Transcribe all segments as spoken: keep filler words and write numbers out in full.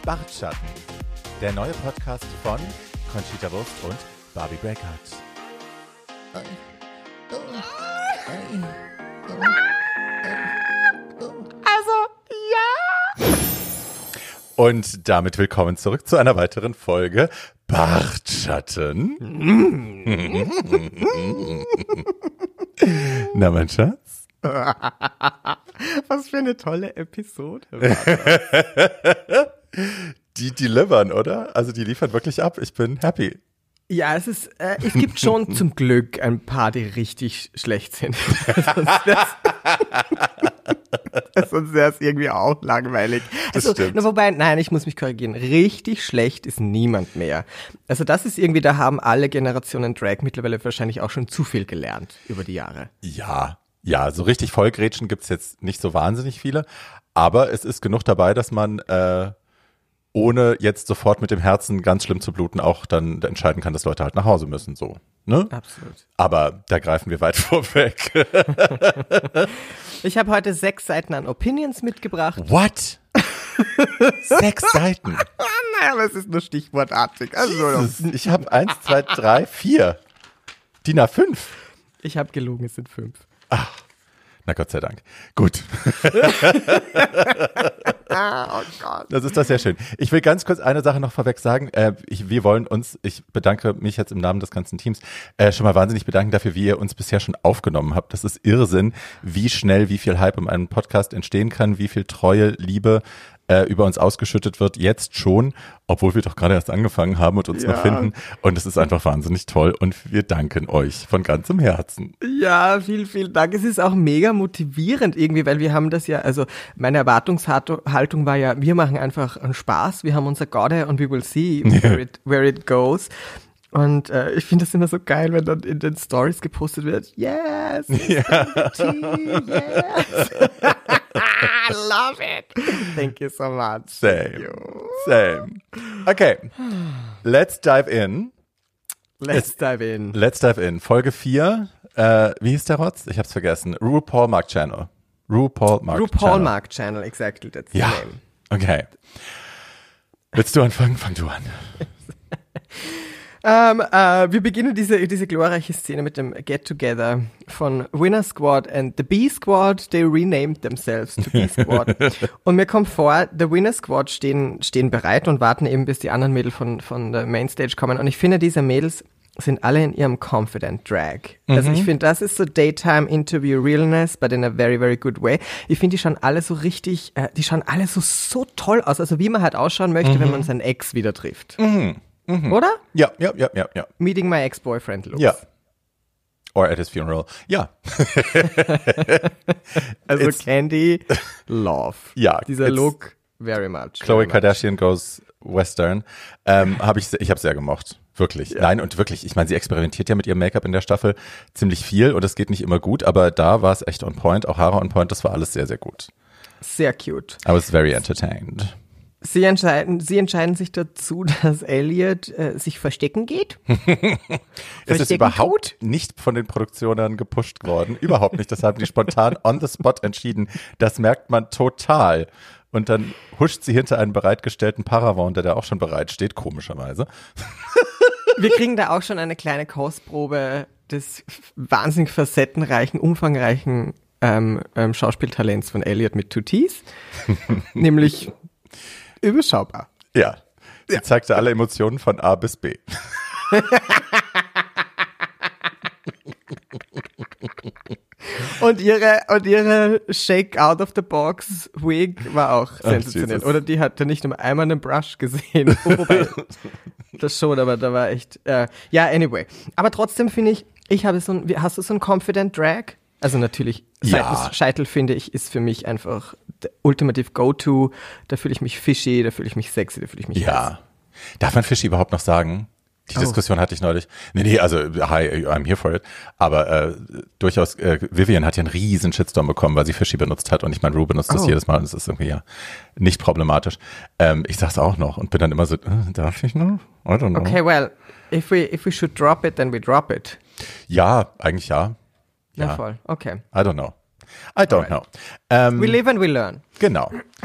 Bartschatten, der neue Podcast von Conchita Wurst und Barbie Breakout. Also, ja! Und damit willkommen zurück zu einer weiteren Folge Bartschatten. Na, mein Schatz? Was für eine tolle Episode. Die delivern, oder? Also die liefern wirklich ab. Ich bin happy. Ja, es ist, äh, es gibt schon zum Glück ein paar, die richtig schlecht sind. Sonst wär's, sonst wäre es irgendwie auch langweilig. Das Also, stimmt. na, wobei, nein, ich muss mich korrigieren. Richtig schlecht ist niemand mehr. Also das ist irgendwie, da haben alle Generationen Drag mittlerweile wahrscheinlich auch schon zu viel gelernt über die Jahre. Ja, ja, so richtig Vollgrätschen gibt's jetzt nicht so wahnsinnig viele. Aber es ist genug dabei, dass man äh, ohne jetzt sofort mit dem Herzen ganz schlimm zu bluten auch dann entscheiden kann, dass Leute halt nach Hause müssen, so. Ne? Absolut. Aber da greifen wir weit vorweg. Ich habe heute sechs Seiten an Opinions mitgebracht. What? Sechs Seiten. Naja, aber es ist nur stichwortartig. Also, Jesus, ich habe eins, zwei, drei, vier. D I N A fünf. ich habe gelogen, es sind fünf. Na Gott sei Dank. Gut. Ah, oh Gott. Das ist doch sehr schön. Ich will ganz kurz eine Sache noch vorweg sagen. Äh, ich, wir wollen uns, ich bedanke mich jetzt im Namen des ganzen Teams, äh, schon mal wahnsinnig bedanken dafür, wie ihr uns bisher schon aufgenommen habt. Das ist Irrsinn, wie schnell, wie viel Hype in einem Podcast entstehen kann, wie viel Treue, Liebe äh, über uns ausgeschüttet wird, jetzt schon, obwohl wir doch gerade erst angefangen haben und uns Ja. noch finden. Und es ist einfach wahnsinnig toll und wir danken euch von ganzem Herzen. Ja, vielen, vielen Dank. Es ist auch mega motivierend irgendwie, weil wir haben das ja, also meine Erwartungshaltung war ja, wir machen einfach einen Spaß, wir haben unser Gaude und we will see where it, where it goes. Und äh, ich finde das immer so geil, wenn dann in den Stories gepostet wird, yes, Ja. yes. I love it. Thank you so much. Thank Same. you. Same. Okay, let's dive in. Let's dive in. Let's dive in. Folge vier. Äh, wie hieß der Rotz? Ich hab's vergessen. RuPaul Mark Channel. RuPaul Mark RuPaul Channel. Mark Channel, exactly, that's Ja. the name. Okay. Willst du anfangen? Fang du an. Ähm, äh, wir beginnen diese, diese glorreiche Szene mit dem Get-Together von Winner Squad and the B Squad. They renamed themselves to B Squad. Und mir kommt vor, der Winner Squad stehen, stehen bereit und warten eben, bis die anderen Mädels von, von der Mainstage kommen. Und ich finde, diese Mädels sind alle in ihrem Confident Drag. Also ich finde, das ist so Daytime Interview Realness, but in a very, very good way. Ich finde, die schauen alle so richtig, äh, die schauen alle so, so toll aus. Also wie man halt ausschauen möchte, wenn man seinen Ex wieder trifft. Oder? Ja, ja, ja, ja, ja. Meeting my ex-boyfriend looks. Ja. Or at his funeral. Ja. Also It's- Candy, love. Ja, Dieser it's- Look, very much. Khloe very much. Kardashian goes Western. Ähm, hab ich, ich habe sehr gemocht. Wirklich. Nein, und wirklich, ich meine, sie experimentiert ja mit ihrem Make-up in der Staffel ziemlich viel und es geht nicht immer gut, aber da war es echt on point, auch Haare on point, das war alles sehr, sehr gut. Sehr cute. I was very entertained. Sie entscheiden, sie entscheiden sich dazu, dass Elliot äh, sich verstecken geht. Es ist Verstecken überhaupt nicht von den Produktionen gepusht worden. Überhaupt nicht. Das haben die spontan on the spot entschieden. Das merkt man total. Und dann huscht sie hinter einen bereitgestellten Paravent, der da auch schon bereit steht, komischerweise. Wir kriegen da auch schon eine kleine Kostprobe des wahnsinnig facettenreichen, umfangreichen ähm, ähm, Schauspieltalents von Elliot mit Two T's. Nämlich überschaubar. Ja. Sie Ja. zeigte alle Emotionen von A bis B. Und ihre, und ihre Shake out of the box Wig war auch sensationell. Jesus. Oder die hatte nicht nur einmal einen Brush gesehen. Oh, wobei, das schon, aber da war echt, äh, ja, anyway. Aber trotzdem finde ich, ich habe so ein, wie- hast du so ein Confident Drag? Also natürlich, Ja. seitens Scheitel finde ich, ist für mich einfach der ultimative Go-To. Da fühle ich mich fishy, da fühle ich mich sexy, da fühle ich mich heiß. Ja. Darf man Fischi überhaupt noch sagen? Die Oh. Diskussion hatte ich neulich. Nee, nee, also, hi, I'm here for it. Aber äh, durchaus, äh, Vivian hat ja einen riesen Shitstorm bekommen, weil sie Fischi benutzt hat. Und ich meine, Ru benutzt das Oh. jedes Mal und es ist irgendwie ja nicht problematisch. Ähm, ich sag's auch noch und bin dann immer so, äh, darf ich noch? I don't know. Okay, well, if we, if we should drop it, then we drop it. Ja, eigentlich ja. Ja, Ja. voll, okay. I don't know. I don't Alright. know. Ähm, We live and we learn. Genau.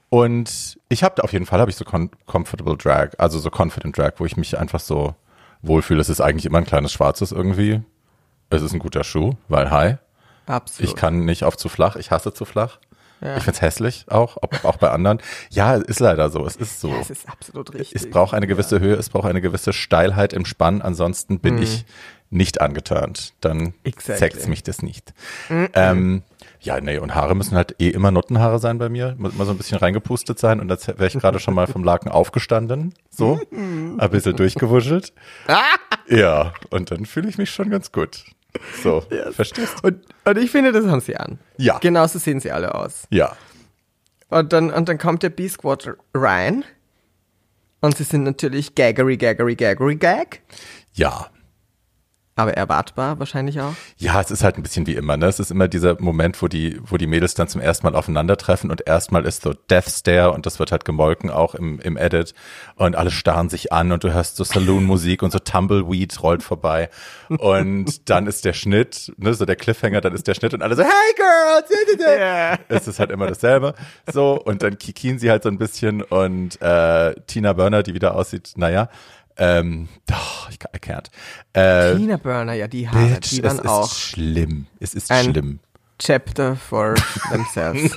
Und ich habe auf jeden Fall habe ich so con- Comfortable Drag, also so Confident Drag, wo ich mich einfach so wohlfühle. Es ist eigentlich immer ein kleines Schwarzes irgendwie. Es ist ein guter Schuh, weil hi. Absolut. Ich kann nicht auf zu flach, ich hasse zu flach. Ja. Ich find's hässlich auch, auch, auch bei anderen. Ja, ist leider so, es ist so. Ja, es ist absolut richtig. Es braucht eine gewisse ja. Höhe, es braucht eine gewisse Steilheit im Spann, ansonsten bin Mhm. ich nicht angeturnt. Dann Exactly. sext mich das nicht. Mhm. Ähm, ja, nee, und Haare müssen halt eh immer Nuttenhaare sein bei mir. Muss immer so ein bisschen reingepustet sein und als wäre ich gerade schon mal vom Laken aufgestanden. So, ein bisschen durchgewuschelt. Ja, und dann fühle ich mich schon ganz gut. So, Yes. verstehst du? Und, und ich finde, das haben sie an. Ja. Genauso sehen sie alle aus. Ja. Und dann, und dann kommt der B-Squad rein. Und sie sind natürlich gaggery, gaggery, gaggery, gag. Ja. Aber erwartbar wahrscheinlich auch. Ja, es ist halt ein bisschen wie immer, ne? Es ist immer dieser Moment, wo die, wo die Mädels dann zum ersten Mal aufeinandertreffen und erstmal ist so Death Stare und das wird halt gemolken auch im, im Edit und alle starren sich an und du hörst so Saloon-Musik und so Tumbleweed rollt vorbei und dann ist der Schnitt, ne, so der Cliffhanger, dann ist der Schnitt und alle so, hey girls! Yeah. Es ist halt immer dasselbe. So, und dann kikieren sie halt so ein bisschen und äh, Tina Burner, die wieder aussieht, naja, Ähm, oh, ich, I can't. Äh, Tina Burner, ja, die Haare, Bitch, die waren es ist auch schlimm. Es ist ein schlimm. Chapter for themselves.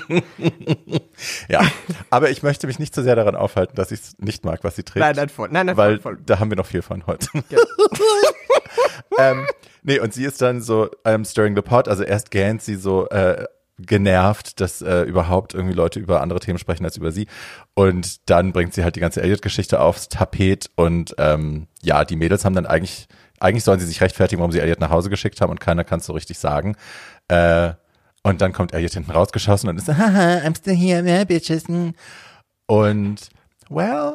Ja, aber ich möchte mich nicht so sehr daran aufhalten, dass ich es nicht mag, was sie trägt. Nein, nein, voll. Nein, nein, weil voll, voll. da haben wir noch viel von heute. Ja. ähm, nee, und sie ist dann so I'm stirring the pot, also erst gähnt sie so äh, genervt, dass äh, überhaupt irgendwie Leute über andere Themen sprechen als über sie. Und dann bringt sie halt die ganze Elliot-Geschichte aufs Tapet und ähm, ja, die Mädels haben dann eigentlich, eigentlich sollen sie sich rechtfertigen, warum sie Elliot nach Hause geschickt haben und keiner kann es so richtig sagen. Äh, und dann kommt Elliot hinten rausgeschossen und ist so, haha, I'm still here, yeah, bitches. Und well,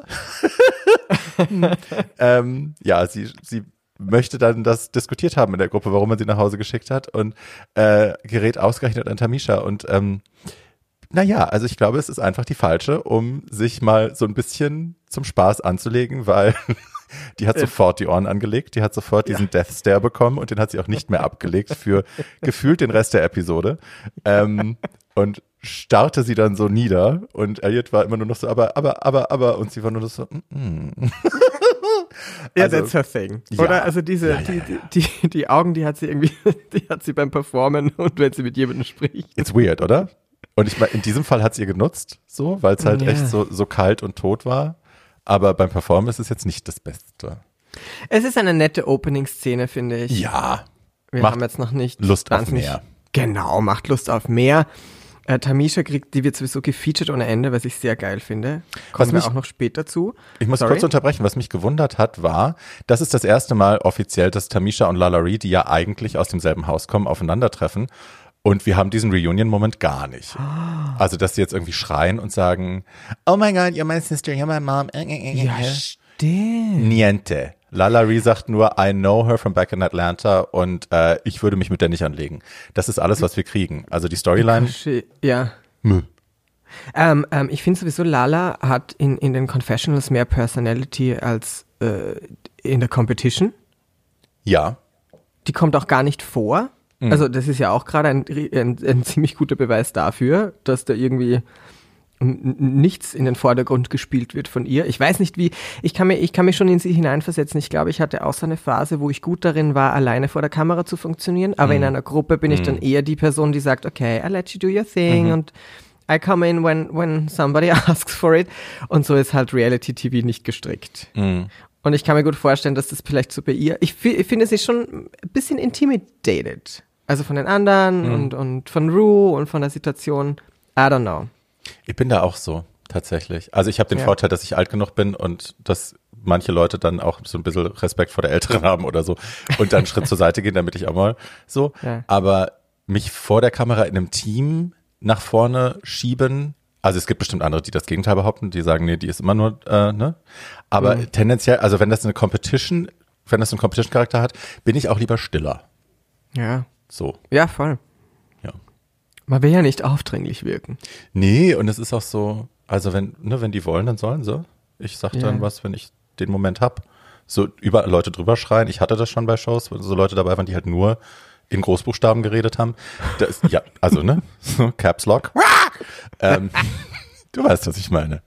ähm, ja, sie, sie möchte dann das diskutiert haben in der Gruppe, warum man sie nach Hause geschickt hat und äh, gerät ausgerechnet an Tamisha und ähm, naja, also ich glaube, es ist einfach die falsche, um sich mal so ein bisschen zum Spaß anzulegen, weil die hat sofort die Ohren angelegt, die hat sofort diesen ja. Death Stare bekommen und den hat sie auch nicht mehr abgelegt für gefühlt den Rest der Episode ähm, und starrte sie dann so nieder und Elliot war immer nur noch so, aber, aber, aber, aber und sie war nur noch so, mm, mm. Ja, Also, that's her thing. ja. Oder? Also diese, Ja, ja, die, ja. die, die, die Augen, die hat sie irgendwie, die hat sie beim Performen und wenn sie mit jemandem spricht. It's weird, oder? Und ich meine, in diesem Fall hat sie ihr genutzt, so, weil es halt Ja. echt so, so kalt und tot war. Aber beim Performen ist es jetzt nicht das Beste. Es ist eine nette Opening-Szene, finde ich. Ja. Wir macht haben jetzt noch nicht Lust auf wahnsinnig- mehr. Genau, macht Lust auf mehr. Äh, Tamisha kriegt, die wird sowieso gefeatured ohne Ende, was ich sehr geil finde. Kommen Was wir mich- auch noch später zu. Ich muss Sorry? kurz unterbrechen. Was mich gewundert hat, war, das ist das erste Mal offiziell, dass Tamisha und Lalaurie, die ja eigentlich aus demselben Haus kommen, aufeinandertreffen. Und wir haben diesen Reunion-Moment gar nicht. Also, dass sie jetzt irgendwie schreien und sagen, oh my God, you're my sister, you're my mom. Ja, stimmt. Niente. Lalaurie sagt nur, I know her from back in Atlanta und äh, ich würde mich mit der nicht anlegen. Das ist alles, was wir kriegen. Also die Storyline, Ja. mh. Ähm, ähm, ich finde sowieso, Lala hat in, in den Confessionals mehr Personality als äh, in der Competition. Ja. Die kommt auch gar nicht vor. Mhm. Also das ist ja auch gerade ein, ein, ein ziemlich guter Beweis dafür, dass da irgendwie n- nichts in den Vordergrund gespielt wird von ihr. Ich weiß nicht wie, ich kann, mir, ich kann mich schon in sie hineinversetzen. Ich glaube, ich hatte auch so eine Phase, wo ich gut darin war, alleine vor der Kamera zu funktionieren. Aber Mhm. in einer Gruppe bin ich dann eher die Person, die sagt, okay, I let you do your thing Mhm. und I come in when, when somebody asks for it. Und so ist halt Reality-T V nicht gestrickt. Mhm. Und ich kann mir gut vorstellen, dass das vielleicht so bei ihr, ich, fi- ich finde sie schon ein bisschen intimidated. Also von den anderen Mhm. und, und von Rue und von der Situation. I don't know. Ich bin da auch so, tatsächlich. Also ich habe den Ja. Vorteil, dass ich alt genug bin und dass manche Leute dann auch so ein bisschen Respekt vor der Älteren haben oder so und dann einen Schritt zur Seite gehen, damit ich auch mal so. Ja. Aber mich vor der Kamera in einem Team nach vorne schieben, also es gibt bestimmt andere, die das Gegenteil behaupten, die sagen, nee, die ist immer nur, äh, ne? Aber Mhm. tendenziell, also wenn das eine Competition, wenn das einen Competition-Charakter hat, bin ich auch lieber stiller. Ja. So, Ja, voll. ja. Man will ja nicht aufdringlich wirken. Nee, und es ist auch so, also wenn, ne, wenn die wollen, dann sollen sie. Ich sag dann Ja. was, wenn ich den Moment hab. So überall Leute drüber schreien. Ich hatte das schon bei Shows, wo so Leute dabei waren, die halt nur in Großbuchstaben geredet haben. Das, ja, also, ne, so Caps Lock. ähm, Du weißt, was ich meine.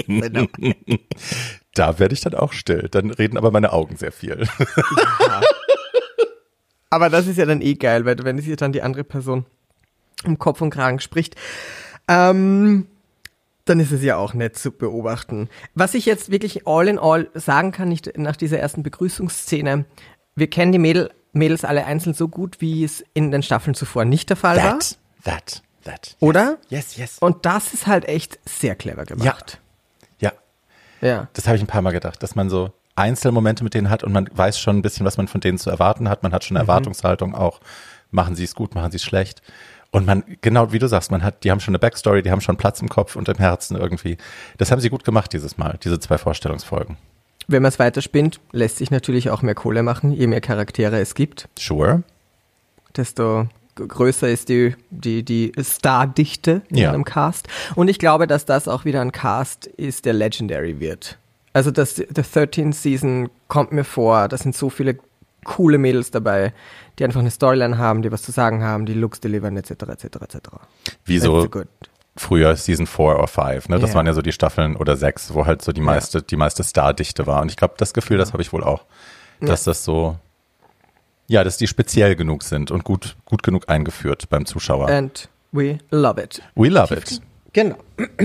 Da werde ich dann auch still. Dann reden aber meine Augen sehr viel. Ja. Aber das ist ja dann eh geil, weil wenn sich dann die andere Person um Kopf und Kragen spricht, ähm, dann ist es ja auch nett zu beobachten. Was ich jetzt wirklich all in all sagen kann, nicht nach dieser ersten Begrüßungsszene, wir kennen die Mädel, Mädels alle einzeln so gut, wie es in den Staffeln zuvor nicht der Fall war. That, that, that. Oder? Yes, yes. Und das ist halt echt sehr clever gemacht. Ja. Ja. Ja. Das habe ich ein paar Mal gedacht, dass man so Einzelmomente mit denen hat und man weiß schon ein bisschen, was man von denen zu erwarten hat. Man hat schon eine mhm. Erwartungshaltung auch. Machen sie es gut, machen sie es schlecht. Und man, genau wie du sagst, man hat, die haben schon eine Backstory, die haben schon Platz im Kopf und im Herzen irgendwie. Das haben sie gut gemacht dieses Mal, diese zwei Vorstellungsfolgen. Wenn man es weiterspinnt, lässt sich natürlich auch mehr Kohle machen, je mehr Charaktere es gibt. Sure. Desto größer ist die, die, die Stardichte in ja. einem Cast. Und ich glaube, dass das auch wieder ein Cast ist, der legendary wird. Also das, the thirteenth Season kommt mir vor, da sind so viele coole Mädels dabei, die einfach eine Storyline haben, die was zu sagen haben, die Looks delivern, et cetera, et cetera, et cetera. Wie so früher Season four or five, ne? Das yeah. waren ja so die Staffeln oder sechs, wo halt so die meiste, ja. die meiste Stardichte war. Und ich glaube, das Gefühl, das habe ich wohl auch, dass ja. das so, ja, dass die speziell genug sind und gut, gut genug eingeführt beim Zuschauer. And we love it. We love it. Genau.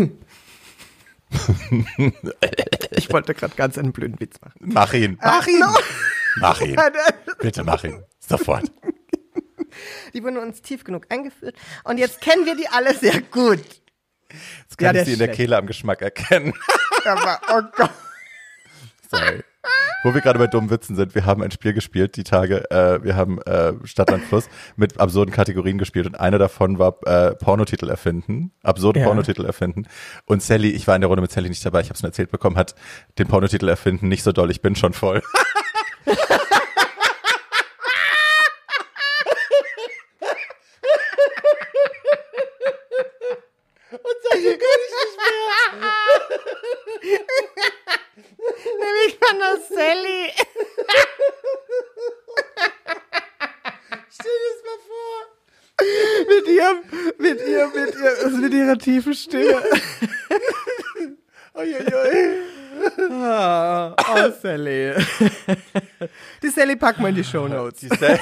Ich wollte gerade ganz einen blöden Witz machen. Mach ihn. Mach ihn. No. Mach ihn. Bitte mach ihn. Sofort. Die wurden uns tief genug eingeführt und jetzt kennen wir die alle sehr gut. Jetzt kann ja, ich sie in der Kehle am Geschmack erkennen. Aber, oh Gott. Sorry. Wo wir gerade bei dummen Witzen sind, wir haben ein Spiel gespielt, die Tage, äh, wir haben äh, Stadt, Land, Fluss mit absurden Kategorien gespielt und eine davon war äh, Pornotitel erfinden, absurde ja. Pornotitel erfinden und Sally, ich war in der Runde mit Sally nicht dabei, ich habe es mir erzählt bekommen, hat den Pornotitel erfinden, nicht so doll, ich bin schon voll. Und seitdem kann ich nicht mehr. Nämlich von der Sally. Stell dir das mal vor. Mit ihrem, mit ihrem, mit ihr, also mit ihrer tiefen Stimme. Uiuiui. Oh, oh, Sally. Die Sally packen wir in die Shownotes. Die Sally.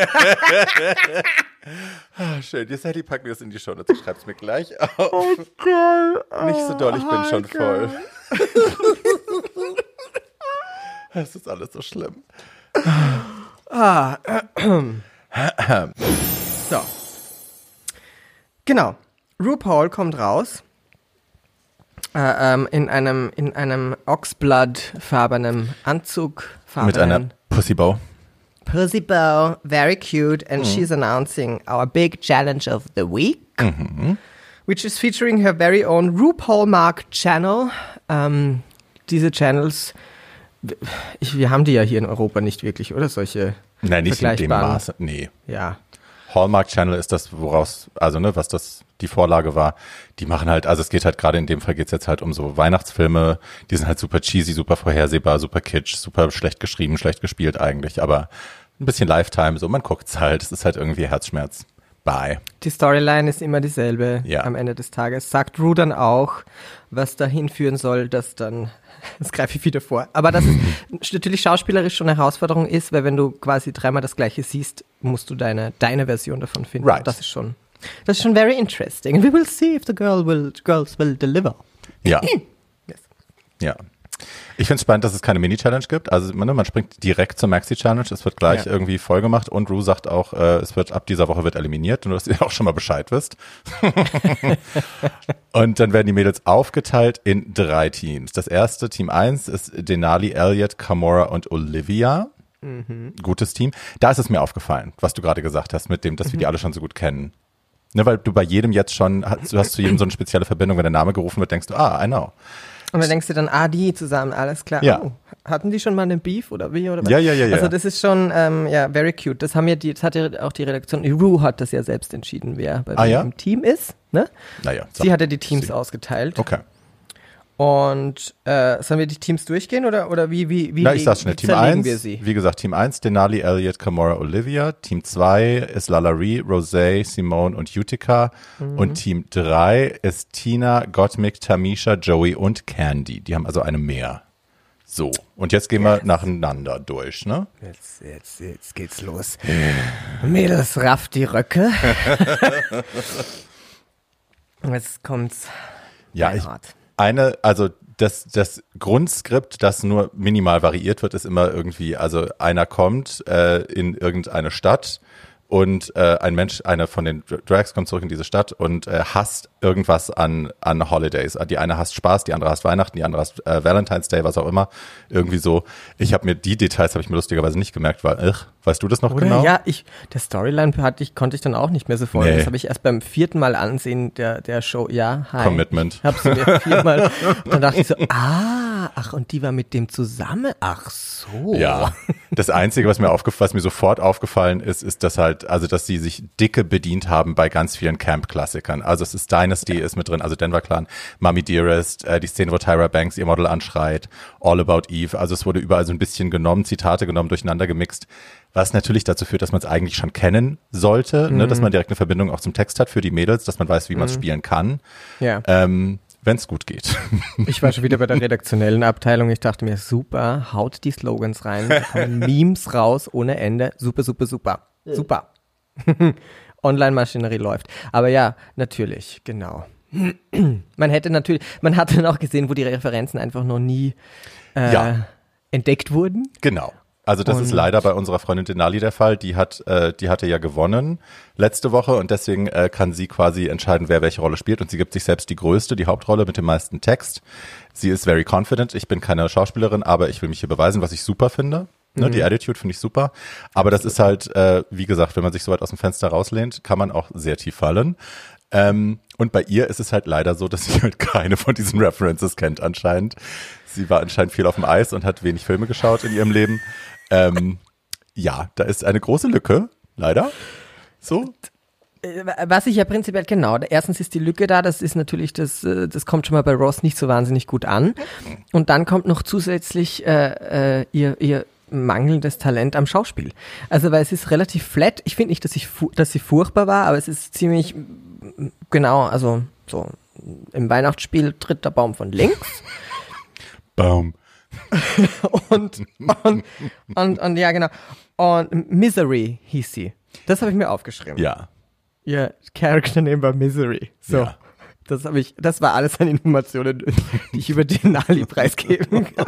Ah, schön. Die Sally packen wir das in die Shownotes. Ich schreib's mir gleich auf. Oh, geil. Oh, nicht so doll, ich bin schon geil. voll. Es ist alles so schlimm. Ah. So. Genau. RuPaul kommt raus. Äh, ähm, in einem, in einem Oxblood-farbenen Anzug. Mit einer Pussybow. Pussybow, very cute, and mm. she's announcing our big challenge of the week, mm-hmm. which is featuring her very own RuPaul Mark Channel. Ähm, diese Channels, ich, wir haben die ja hier in Europa nicht wirklich, oder? Solche Nein, nicht in dem Maße, nee. Ja. Hallmark Channel ist das, woraus, also ne, was das die Vorlage war. Die machen halt, also es geht halt gerade in dem Fall geht's jetzt halt um so Weihnachtsfilme, die sind halt super cheesy, super vorhersehbar, super kitsch, super schlecht geschrieben, schlecht gespielt eigentlich, aber ein bisschen Lifetime, so man guckt's halt, es ist halt irgendwie Herzschmerz. Bye. Die Storyline ist immer dieselbe ja. am Ende des Tages. Sagt Ru dann auch, was dahin führen soll, dass dann, das greife ich wieder vor, aber dass es natürlich schauspielerisch schon eine Herausforderung ist, weil wenn du quasi dreimal das Gleiche siehst, musst du deine, deine Version davon finden. Right. Das ist schon, das ist schon very interesting. And we will see if the girl will, girls will deliver. Ja. Yes. Ja. Ich finde es spannend, dass es keine Mini-Challenge gibt. Also man, man springt direkt zur Maxi-Challenge. Es wird gleich ja. irgendwie voll gemacht und Ru sagt auch, äh, es wird ab dieser Woche wird eliminiert, nur dass ihr auch schon mal Bescheid wisst. Und dann werden die Mädels aufgeteilt in drei Teams. Das erste, Team eins, ist Denali, Elliot, Kamora und Olivia. Mhm. Gutes Team. Da ist es mir aufgefallen, was du gerade gesagt hast, mit dem, dass mhm. wir die alle schon so gut kennen. Ne, weil du bei jedem jetzt schon, hast, du hast zu jedem so eine spezielle Verbindung, wenn der Name gerufen wird, denkst du, ah, I know. Und dann denkst du dann, ah, die zusammen, alles klar. Ja. Oh, hatten die schon mal einen Beef oder wie? Oder was? Ja, ja, ja, ja. Also das ist schon, ähm, ja, very cute. Das haben ja die, das hat ja auch die Redaktion, Ru hat das ja selbst entschieden, wer bei ah, wem ja? im Team ist. Ne? Naja. Sie hatte die Teams Sie. ausgeteilt. Okay. Und äh, sollen wir die Teams durchgehen oder, oder wie, wie, wie, Na, ich sag's schnell. wie Team zerlegen eins, wir sie? wie gesagt, Team eins, Denali, Elliott, Kimora, Olivia. Team zwei ist Lalaurie, Rosé, Simone und Utica. Mhm. Und Team drei ist Tina, Gottmik, Tamisha, Joey und Candy. Die haben also eine mehr. So, und jetzt gehen yes. wir nacheinander durch, ne? Jetzt, jetzt, jetzt geht's los. Mädels, rafft die Röcke. Jetzt kommt's. Ja, ich, eine, also das, das Grundskript, das nur minimal variiert wird, ist immer irgendwie, also einer kommt äh, in irgendeine Stadt und äh, ein Mensch, einer von den Drags kommt zurück in diese Stadt und äh, hasst irgendwas an an Holidays. Die eine hasst Spaß, die andere hasst Weihnachten, die andere hasst äh, Valentine's Day, was auch immer. Irgendwie so. Ich habe mir die Details, habe ich mir lustigerweise nicht gemerkt, weil, ugh, weißt du das noch Oder? genau? Ja, ich, der Storyline hatte ich, konnte ich dann auch nicht mehr so folgen. Nee. Das habe ich erst beim vierten Mal ansehen der, der Show. Ja, hi. Commitment. Ich habe sie mir viermal. Und dann dachte ich so, ah, ach, und die war mit dem zusammen? Ach so. Ja. Das Einzige, was mir aufgefallen, was mir sofort aufgefallen ist, ist, dass halt, also, dass sie sich dicke bedient haben bei ganz vielen Camp-Klassikern. Also, es ist Dynasty ist mit drin, also Denver Clan, Mommy Dearest, äh, die Szene, wo Tyra Banks ihr Model anschreit, All About Eve. Also, es wurde überall so ein bisschen genommen, Zitate genommen, durcheinander gemixt. Was natürlich dazu führt, dass man es eigentlich schon kennen sollte, mhm. ne, dass man direkt eine Verbindung auch zum Text hat für die Mädels, dass man weiß, wie man es mhm. spielen kann. Ja. Ähm, wenn es gut geht. Ich war schon wieder bei der redaktionellen Abteilung. Ich dachte mir, super, haut die Slogans rein, da kommen Memes raus ohne Ende. Super, super, super. Ja. Super. Online-Maschinerie läuft. Aber ja, natürlich, genau. Man hätte natürlich, man hat dann auch gesehen, wo die Referenzen einfach noch nie äh, ja. entdeckt wurden. Genau. Also das und ist leider bei unserer Freundin Denali der Fall. Die hat, äh, die hatte ja gewonnen letzte Woche und deswegen äh, kann sie quasi entscheiden, wer welche Rolle spielt und sie gibt sich selbst die größte, die Hauptrolle mit dem meisten Text. Sie ist very confident. Ich bin keine Schauspielerin, aber ich will mich hier beweisen, was ich super finde. Ne, mhm. Die Attitude finde ich super. Aber das ist halt, äh, wie gesagt, wenn man sich so weit aus dem Fenster rauslehnt, kann man auch sehr tief fallen. Ähm, und bei ihr ist es halt leider so, dass sie halt keine von diesen References kennt anscheinend. Sie war anscheinend viel auf dem Eis und hat wenig Filme geschaut in ihrem Leben. Ähm, ja, da ist eine große Lücke, leider. So. Was ich ja prinzipiell, genau, erstens ist die Lücke da, das ist natürlich, das, das kommt schon mal bei Ross nicht so wahnsinnig gut an. Und dann kommt noch zusätzlich äh, äh, ihr, ihr mangelndes Talent am Schauspiel. Also, weil es ist relativ flat. Ich finde nicht, dass, ich fu- dass sie furchtbar war, aber es ist ziemlich, genau, also so im Weihnachtsspiel tritt der Baum von links. Baum. und, und, und, und, ja, genau. Und Misery hieß sie. Das habe ich mir aufgeschrieben. Ja. Ihr Character Name war Misery. So. Ja. Das habe ich, das war alles an Informationen, die ich über den Ali preisgeben kann.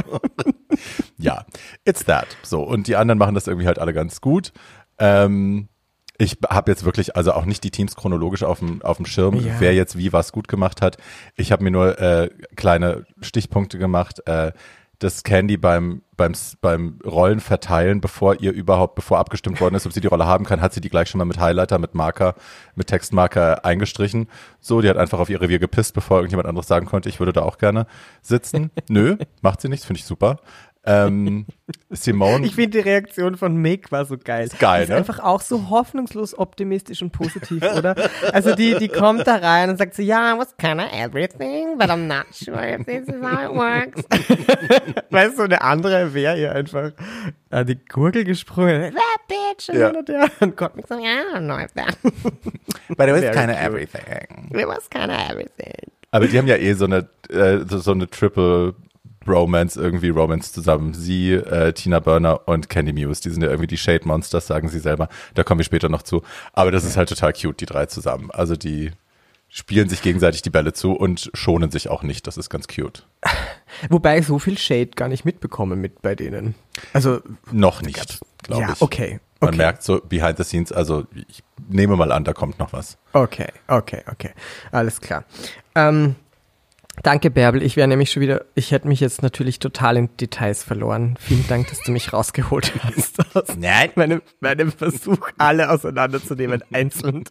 Ja, it's that. So. Und die anderen machen das irgendwie halt alle ganz gut. Ähm, ich habe jetzt wirklich, also auch nicht die Teams chronologisch auf dem, auf dem Schirm, ja. wer jetzt wie was gut gemacht hat. Ich habe mir nur äh, kleine Stichpunkte gemacht, äh, dass Candy beim, beim, beim Rollen verteilen, bevor ihr überhaupt, bevor abgestimmt worden ist, ob sie die Rolle haben kann, hat sie die gleich schon mal mit Highlighter, mit Marker, mit Textmarker eingestrichen. So, die hat einfach auf ihr Revier gepisst, bevor irgendjemand anderes sagen konnte, ich würde da auch gerne sitzen. Nö, macht sie nichts, finde ich super. Ähm, Simone. Ich finde die Reaktion von Mick war so geil. Ist geil, die ist ne? einfach auch so hoffnungslos optimistisch und positiv, oder? Also die, die kommt da rein und sagt so, ja, I was kinda everything, but I'm not sure if this is how it works. Weißt du, eine andere wäre ihr einfach an die Gurgel gesprungen. That bitch! Ja. Und, ja. und Gott mich so, I don't know if that. But it was kinda everything. It was kinda everything. Aber die haben ja eh so eine, äh, so, so eine Triple Romance, irgendwie Romance zusammen. Sie, äh, Tina Burner und Candy Muse, die sind ja irgendwie die Shade Monsters, sagen sie selber. Da kommen wir später noch zu. Aber das ja. ist halt total cute, die drei zusammen. Also die spielen sich gegenseitig die Bälle zu und schonen sich auch nicht. Das ist ganz cute. Wobei ich so viel Shade gar nicht mitbekomme mit bei denen. Also noch nicht, glaube ja, ich. Okay. Man okay. merkt so behind the scenes, also ich nehme mal an, da kommt noch was. Okay, okay, okay. Alles klar. Ähm, Danke, Bärbel. Ich wäre nämlich schon wieder, ich hätte mich jetzt natürlich total in Details verloren. Vielen Dank, dass du mich rausgeholt hast. Aus Nein. Meinem, meinem Versuch, alle auseinanderzunehmen, einzeln.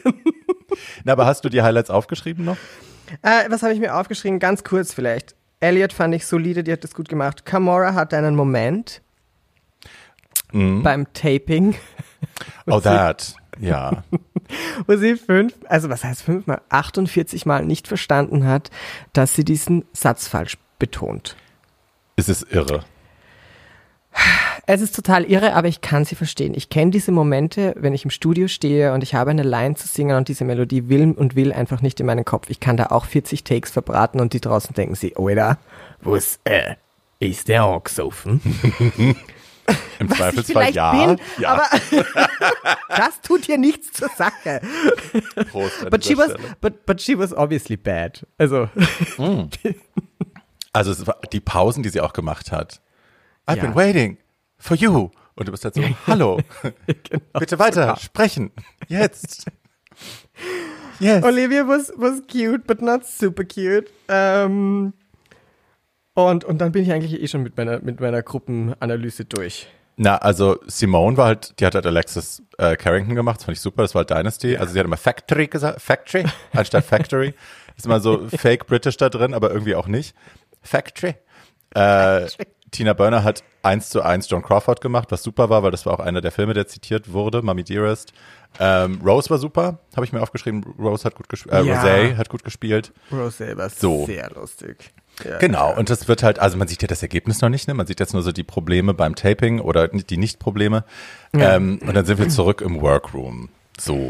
Na, aber hast du die Highlights aufgeschrieben noch? Äh, was habe ich mir aufgeschrieben? Ganz kurz vielleicht. Elliott fand ich solide, die hat das gut gemacht. Kimora hat einen Moment mhm. beim Taping. Oh, that. Ja. wo sie fünf, also was heißt fünfmal, achtundvierzig Mal nicht verstanden hat, dass sie diesen Satz falsch betont. Es ist irre. Es ist total irre, aber ich kann sie verstehen. Ich kenne diese Momente, wenn ich im Studio stehe und ich habe eine Line zu singen und diese Melodie will und will einfach nicht in meinen Kopf. Ich kann da auch vierzig Takes verbraten und die draußen denken sie, Oida, wo ist, äh, ist der Ochsofen? Im Zweifelsfall ja. Bin, ja. Aber das tut hier nichts zur Sache. Prost an but she was, Stelle. but, but she was obviously bad. Also. Mm. Also es war die Pausen, die sie auch gemacht hat. I've Ja. been waiting for you. Und du bist halt so, hallo, Genau. bitte weiter sprechen. Jetzt. Yes. Olivia was, was cute, but not super cute. Ähm, und, und dann bin ich eigentlich eh schon mit meiner, mit meiner Gruppenanalyse durch. Na, also Simone war halt, die hat halt Alexis äh, Carrington gemacht, das fand ich super, das war halt Dynasty. Also sie hat immer Factory gesagt, Factory anstatt Factory. Ist immer so fake British da drin, aber irgendwie auch nicht. Factory. Äh, Tina Burner hat eins zu eins John Crawford gemacht, was super war, weil das war auch einer der Filme, der zitiert wurde, Mommy Dearest. Ähm, Rose war super, habe ich mir aufgeschrieben. Rose hat gut gespielt, äh, Ja. Rosé hat gut gespielt. Rosé war So. sehr lustig. Ja, Genau, ja. und das wird halt, also man sieht ja das Ergebnis noch nicht, ne? Man sieht jetzt nur so die Probleme beim Taping oder die Nicht-Probleme. Ja. Ähm, und dann sind wir zurück im Workroom. So.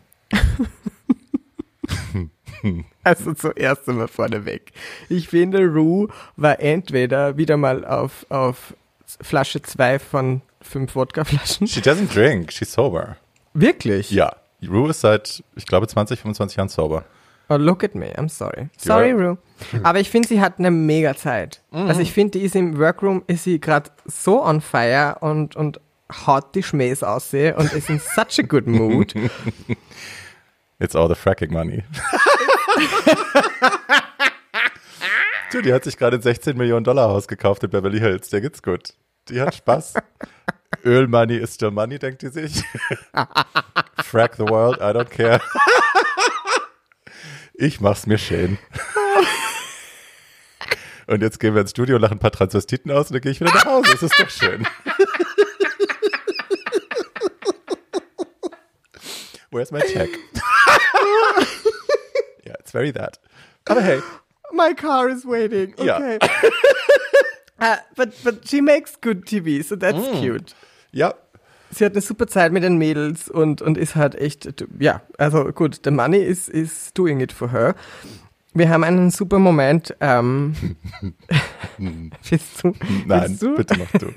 Also zuerst einmal vorneweg. Ich finde, Rue war entweder wieder mal auf, auf Flasche zwei von fünf Wodkaflaschen. She doesn't drink, she's sober. Wirklich? Ja, Rue ist seit, ich glaube, zwanzig, fünfundzwanzig Jahren sober. Oh, look at me, I'm sorry. Sorry, Ja. Rue. Aber ich finde, sie hat eine mega Zeit. Also ich finde, die ist im Workroom, ist sie gerade so on fire und, und haut die Schmähs aussehe und ist in such a good mood. It's all the fracking money. Du, die hat sich gerade ein sechzehn Millionen Dollar Haus gekauft in Beverly Hills. Der geht's gut. Die hat Spaß. Ölmoney is still money, denkt die sich. Frack the world, I don't care. Ich mach's mir schön. Und jetzt gehen wir ins Studio, lachen ein paar Transvestiten aus und dann gehe ich wieder nach Hause. Das ist doch schön. Where's my check? Yeah, it's very that. Aber hey. My car is waiting. Ja. Okay. uh, but, but she makes good T V, so that's Mm. cute. Ja, Sie hat eine super Zeit mit den Mädels und, und ist halt echt, ja, also gut, the money is, is doing it for her. Wir haben einen super Moment. Ähm, willst du? nein, willst du? bitte mach du.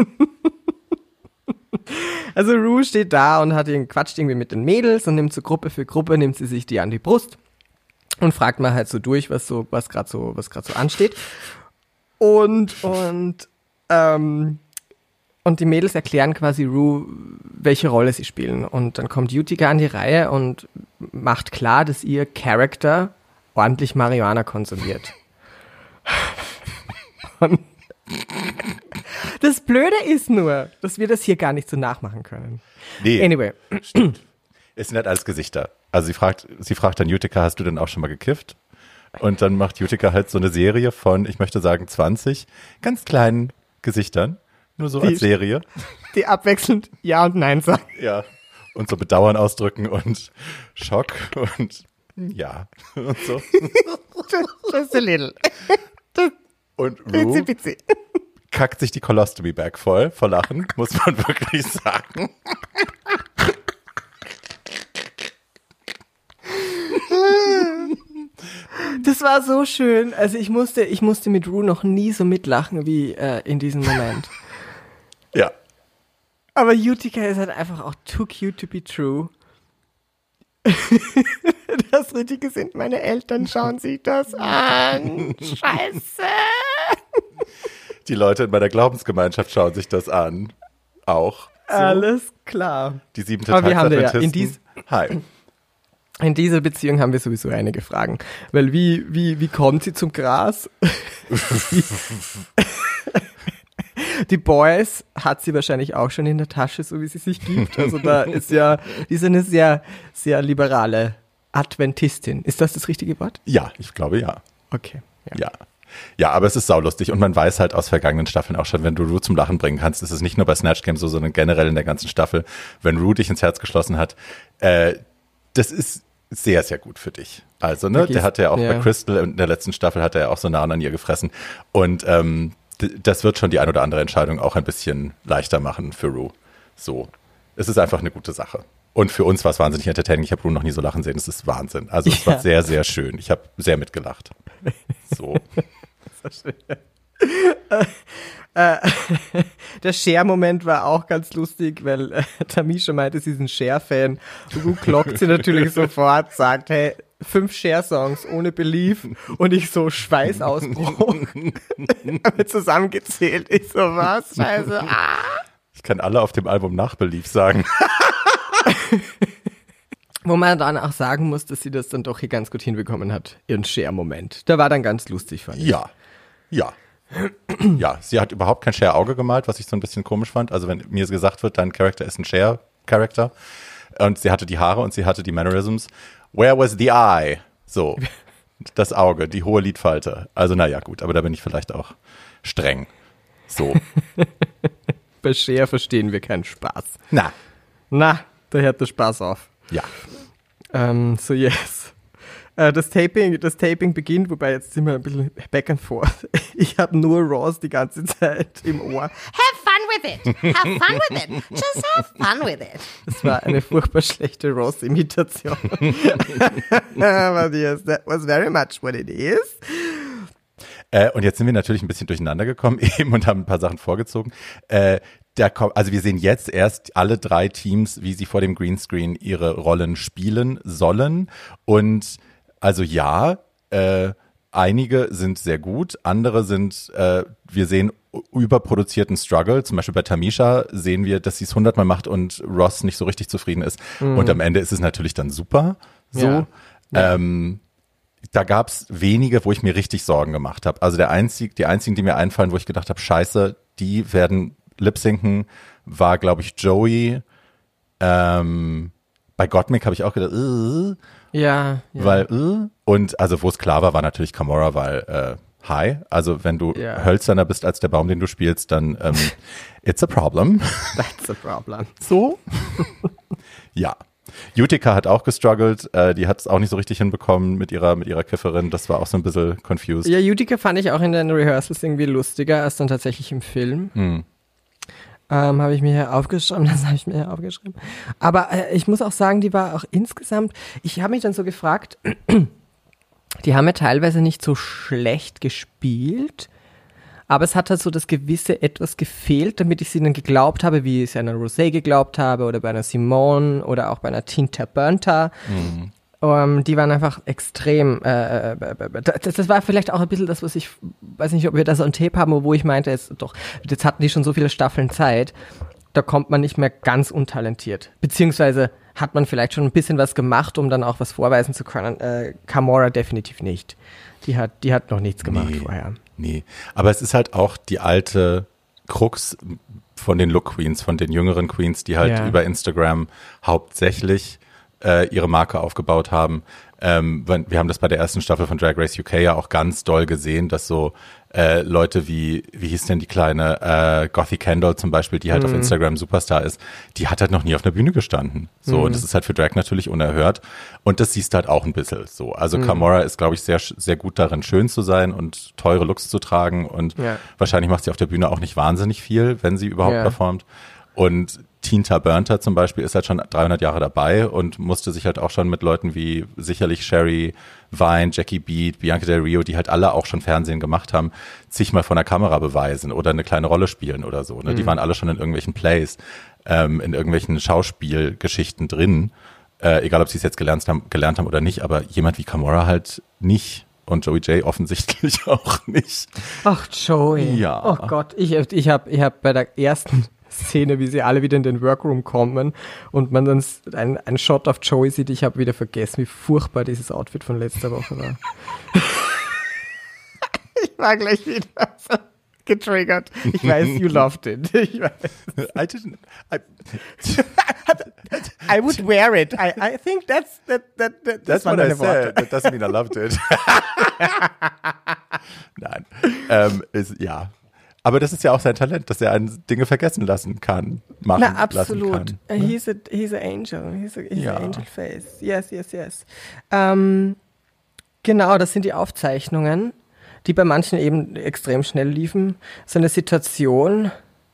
Also Rue steht da und hat ihn, quatscht irgendwie mit den Mädels und nimmt so Gruppe für Gruppe, nimmt sie sich die an die Brust und fragt mal halt so durch, was so, was gerade so, was gerade so ansteht. Und, und, ähm, und die Mädels erklären quasi Rue, welche Rolle sie spielen. Und dann kommt Utica an die Reihe und macht klar, dass ihr Charakter ordentlich Marihuana konsumiert. Und das Blöde ist nur, dass wir das hier gar nicht so nachmachen können. Nee, Anyway. es sind halt alles Gesichter. Also sie fragt, sie fragt dann Utica, hast du denn auch schon mal gekifft? Und dann macht Utica halt so eine Serie von, ich möchte sagen, zwanzig ganz kleinen Gesichtern. Nur so Die- als Serie. Die abwechselnd Ja und Nein sagen. Ja. Und so Bedauern ausdrücken und Schock und ja. Und so. Just a little. Und Bitsi, Rue bitsi. kackt sich die Colostomy Bag voll, vor Lachen, muss man wirklich sagen. Das war so schön. Also ich musste, ich musste mit Rue noch nie so mitlachen wie äh, in diesem Moment. Ja. Aber Utica ist halt einfach auch too cute to be true. Das Richtige sind meine Eltern, schauen sich das an. Scheiße. Die Leute in meiner Glaubensgemeinschaft schauen sich das an. Auch. So. Alles klar. Die siebente Aber wir haben ja in Tagsadventisten. dies- Hi. In dieser Beziehung haben wir sowieso einige Fragen. Weil wie, wie, wie kommt sie zum Gras? Die Boys hat sie wahrscheinlich auch schon in der Tasche, so wie sie sich gibt. Also da ist ja, die ist eine sehr, sehr liberale Adventistin. Ist das das richtige Wort? Ja, ich glaube ja. Okay. Ja. Ja. Ja, aber es ist saulustig und man weiß halt aus vergangenen Staffeln auch schon, wenn du Rue zum Lachen bringen kannst, ist es nicht nur bei Snatch Game so, sondern generell in der ganzen Staffel, wenn Rue dich ins Herz geschlossen hat, äh, das ist sehr, sehr gut für dich. Also, ne, der hatte ja auch ja. bei Crystal in der letzten Staffel hat er ja auch so nah an ihr gefressen. Und ähm, d- das wird schon die ein oder andere Entscheidung auch ein bisschen leichter machen für Rue. So. Es ist einfach eine gute Sache. Und für uns war es wahnsinnig entertaining. Ich habe Rue noch nie so lachen sehen. Es ist Wahnsinn. Also es ja. war sehr, sehr schön. Ich habe sehr mitgelacht. So. Das war schön. Der Cher-Moment war auch ganz lustig, weil äh, Tamisha meinte, sie ist ein Cher-Fan. Rue klockt sie natürlich sofort, sagt, hey, fünf Cher-Songs ohne Belief und ich so Schweißausbruch. Haben wir zusammengezählt. Ich so, was? Scheiße. Ah. Ich kann alle auf dem Album nach Belief sagen. Wo man dann auch sagen muss, dass sie das dann doch hier ganz gut hinbekommen hat, ihren Cher-Moment. Der war dann ganz lustig, fand ich. Ja, ja. Ja, sie hat überhaupt kein Cher-Auge gemalt, was ich so ein bisschen komisch fand. Also wenn mir gesagt wird, dein Charakter ist ein Cher-Charakter und sie hatte die Haare und sie hatte die Mannerisms. Where was the eye? So, das Auge, die hohe Lidfalte. Also naja, gut, aber da bin ich vielleicht auch streng. So. Bei Cher verstehen wir keinen Spaß. Na. Na, da hört der Spaß auf. Ja. Ähm, so, yes. Äh, das Taping, das Taping beginnt, wobei jetzt sind wir ein bisschen back and forth. Ich habe nur Ross die ganze Zeit im Ohr. Have fun with it. Have fun with it. Just have fun with it. Das war eine furchtbar schlechte Ross-Imitation. Aber yes, that was very much what it is. Äh, und jetzt sind wir natürlich ein bisschen durcheinander gekommen eben und haben ein paar Sachen vorgezogen. Äh, der, also wir sehen jetzt erst alle drei Teams, wie sie vor dem Greenscreen ihre Rollen spielen sollen. Und also ja, äh, einige sind sehr gut, andere sind, äh, wir sehen überproduzierten Struggle. Zum Beispiel bei Tamisha sehen wir, dass sie es hundertmal macht und Ross nicht so richtig zufrieden ist. Mhm. Und am Ende ist es natürlich dann super. So. Ja. Ja. Ähm, da gab es wenige, wo ich mir richtig Sorgen gemacht habe. Also der einzig, die einzigen, die mir einfallen, wo ich gedacht habe, scheiße, die werden lip-sinken, war, glaube ich, Joey. Ähm, bei Gottmik habe ich auch gedacht, äh, ja, ja. weil, äh, und also wo es klar war, war natürlich Kamora, weil, äh, hi, also wenn du ja. hölzerner bist als der Baum, den du spielst, dann ähm, it's a problem. That's a problem. So? Ja. Utica hat auch gestruggelt, äh, die hat es auch nicht so richtig hinbekommen mit ihrer mit ihrer Kifferin, das war auch so ein bisschen confused. Ja, Utica fand ich auch in den Rehearsals irgendwie lustiger als dann tatsächlich im Film. Hm. Ähm, habe ich mir hier aufgeschrieben, das habe ich mir hier aufgeschrieben. Aber äh, ich muss auch sagen, die war auch insgesamt, ich habe mich dann so gefragt, die haben ja teilweise nicht so schlecht gespielt, aber es hat halt so das gewisse Etwas gefehlt, damit ich sie dann geglaubt habe, wie ich es einer Rosé geglaubt habe oder bei einer Simone oder auch bei einer Tinta Burnta. Mhm. Um, die waren einfach extrem, äh, äh, das, das war vielleicht auch ein bisschen das, was ich, weiß nicht, ob wir das on Tape haben, wo ich meinte, jetzt, doch, jetzt hatten die schon so viele Staffeln Zeit, da kommt man nicht mehr ganz untalentiert. Beziehungsweise hat man vielleicht schon ein bisschen was gemacht, um dann auch was vorweisen zu können. Äh, Kamora definitiv nicht. Die hat, die hat noch nichts gemacht nee, vorher. Nee, aber es ist halt auch die alte Krux von den Look Queens, von den jüngeren Queens, die halt ja. über Instagram hauptsächlich äh, ihre Marke aufgebaut haben. Ähm, wir haben das bei der ersten Staffel von Drag Race U K ja auch ganz doll gesehen, dass so äh, Leute wie, wie hieß denn die kleine äh, Gothy Kendall zum Beispiel, die halt mhm. auf Instagram Superstar ist, die hat halt noch nie auf einer Bühne gestanden. So, mhm. und das ist halt für Drag natürlich unerhört. Und das siehst du halt auch ein bisschen so. Also mhm. Kamora ist, glaube ich, sehr, sehr gut darin, schön zu sein und teure Looks zu tragen. Und ja. wahrscheinlich macht sie auf der Bühne auch nicht wahnsinnig viel, wenn sie überhaupt ja. performt. Und Tinta Burnta zum Beispiel ist halt schon dreihundert Jahre dabei und musste sich halt auch schon mit Leuten wie sicherlich Sherry, Vine, Jackie Beat, Bianca Del Rio, die halt alle auch schon Fernsehen gemacht haben, sich mal von der Kamera beweisen oder eine kleine Rolle spielen oder so. Ne? Mhm. Die waren alle schon in irgendwelchen Plays, ähm, in irgendwelchen Schauspielgeschichten drin, äh, egal ob sie es jetzt gelernt haben, gelernt haben oder nicht, aber jemand wie Kamora halt nicht. Und Joey J offensichtlich auch nicht. Ach, Joey. Ja. Oh Gott, ich, ich habe ich hab bei der ersten Szene, wie sie alle wieder in den Workroom kommen und man dann einen, einen Shot auf Joey sieht, ich habe wieder vergessen, wie furchtbar dieses Outfit von letzter Woche war. Ich war gleich wieder so getriggert. Ich weiß, you loved it. Ich weiß. I didn't. I, I would wear it. I, I think that's that that, that that's what I said. That doesn't mean I loved it. Nein. Ähm, ist, ja. Aber das ist ja auch sein Talent, dass er einen Dinge vergessen lassen kann, machen Na, absolut. lassen kann. He's a, he's a angel. He's a, he's Ja. a angel face. Yes, yes, yes. Ähm, genau, das sind die Aufzeichnungen, die bei manchen eben extrem schnell liefen. So eine Situation,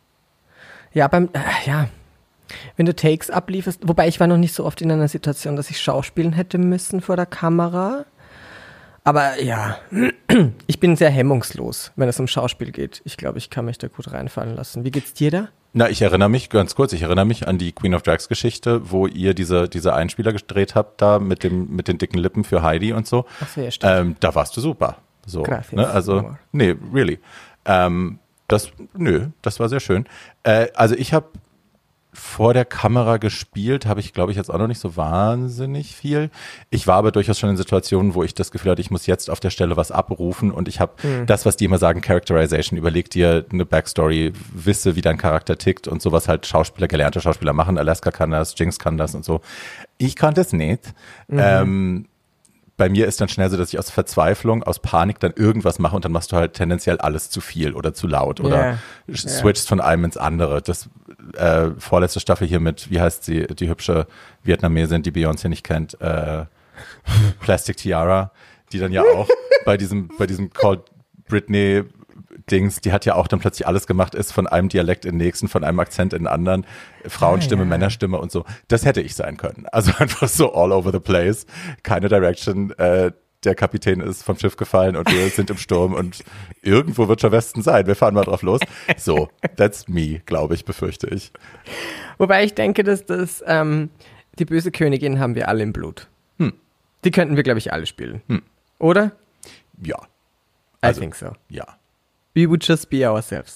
ja, beim, äh, ja, wenn du Takes ablieferst, wobei ich war noch nicht so oft in einer Situation, dass ich schauspielen hätte müssen vor der Kamera. Aber ja, ich bin sehr hemmungslos, wenn es um Schauspiel geht. Ich glaube, ich kann mich da gut reinfallen lassen. Wie geht's dir da? Na, ich erinnere mich, ganz kurz, ich erinnere mich an die Queen of Drags Geschichte, wo ihr diese, diese Einspieler gedreht habt, da mit dem, mit den dicken Lippen für Heidi und so. Ach so, ja, stimmt. Ähm, da warst du super. So, Gracias, ne? Also, amor. nee, really. Ähm, das, nö, das war sehr schön. Äh, also ich habe vor der Kamera gespielt, habe ich, glaube ich, jetzt auch noch nicht so wahnsinnig viel. Ich war aber durchaus schon in Situationen, wo ich das Gefühl hatte, ich muss jetzt auf der Stelle was abrufen und ich habe mhm. das, was die immer sagen, Characterization, überleg dir eine Backstory, wisse, wie dein Charakter tickt und sowas halt Schauspieler, gelernte Schauspieler machen. Alaska kann das, Jinx kann das und so. Ich konnte es nicht. Mhm. Ähm, bei mir ist dann schnell so, dass ich aus Verzweiflung, aus Panik dann irgendwas mache und dann machst du halt tendenziell alles zu viel oder zu laut oder yeah. switchst yeah. von einem ins andere. Das äh, vorletzte Staffel hier mit, wie heißt sie, die hübsche Vietnamesin, die Beyoncé nicht kennt, äh, Plastic Tiara, die dann ja auch bei diesem, bei diesem Called Britney Dings, die hat ja auch dann plötzlich alles gemacht, ist von einem Dialekt in den nächsten, von einem Akzent in den anderen, Frauenstimme, ah, ja. Männerstimme und so. Das hätte ich sein können. Also einfach so all over the place, keine Direction, äh, der Kapitän ist vom Schiff gefallen und wir sind im Sturm und irgendwo wird schon Westen sein. Wir fahren mal drauf los. So, that's me, glaube ich, befürchte ich. Wobei ich denke, dass das ähm, die böse Königin haben wir alle im Blut. Hm. Die könnten wir, glaube ich, alle spielen. Hm. Oder? Ja. Also, I think so. Ja. We would just be ourselves.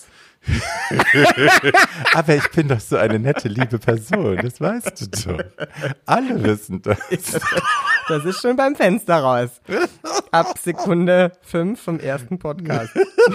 Aber ich bin doch so eine nette, liebe Person, das weißt du doch. Alle wissen das. Das ist schon beim Fenster raus. Ab Sekunde fünf vom ersten Podcast.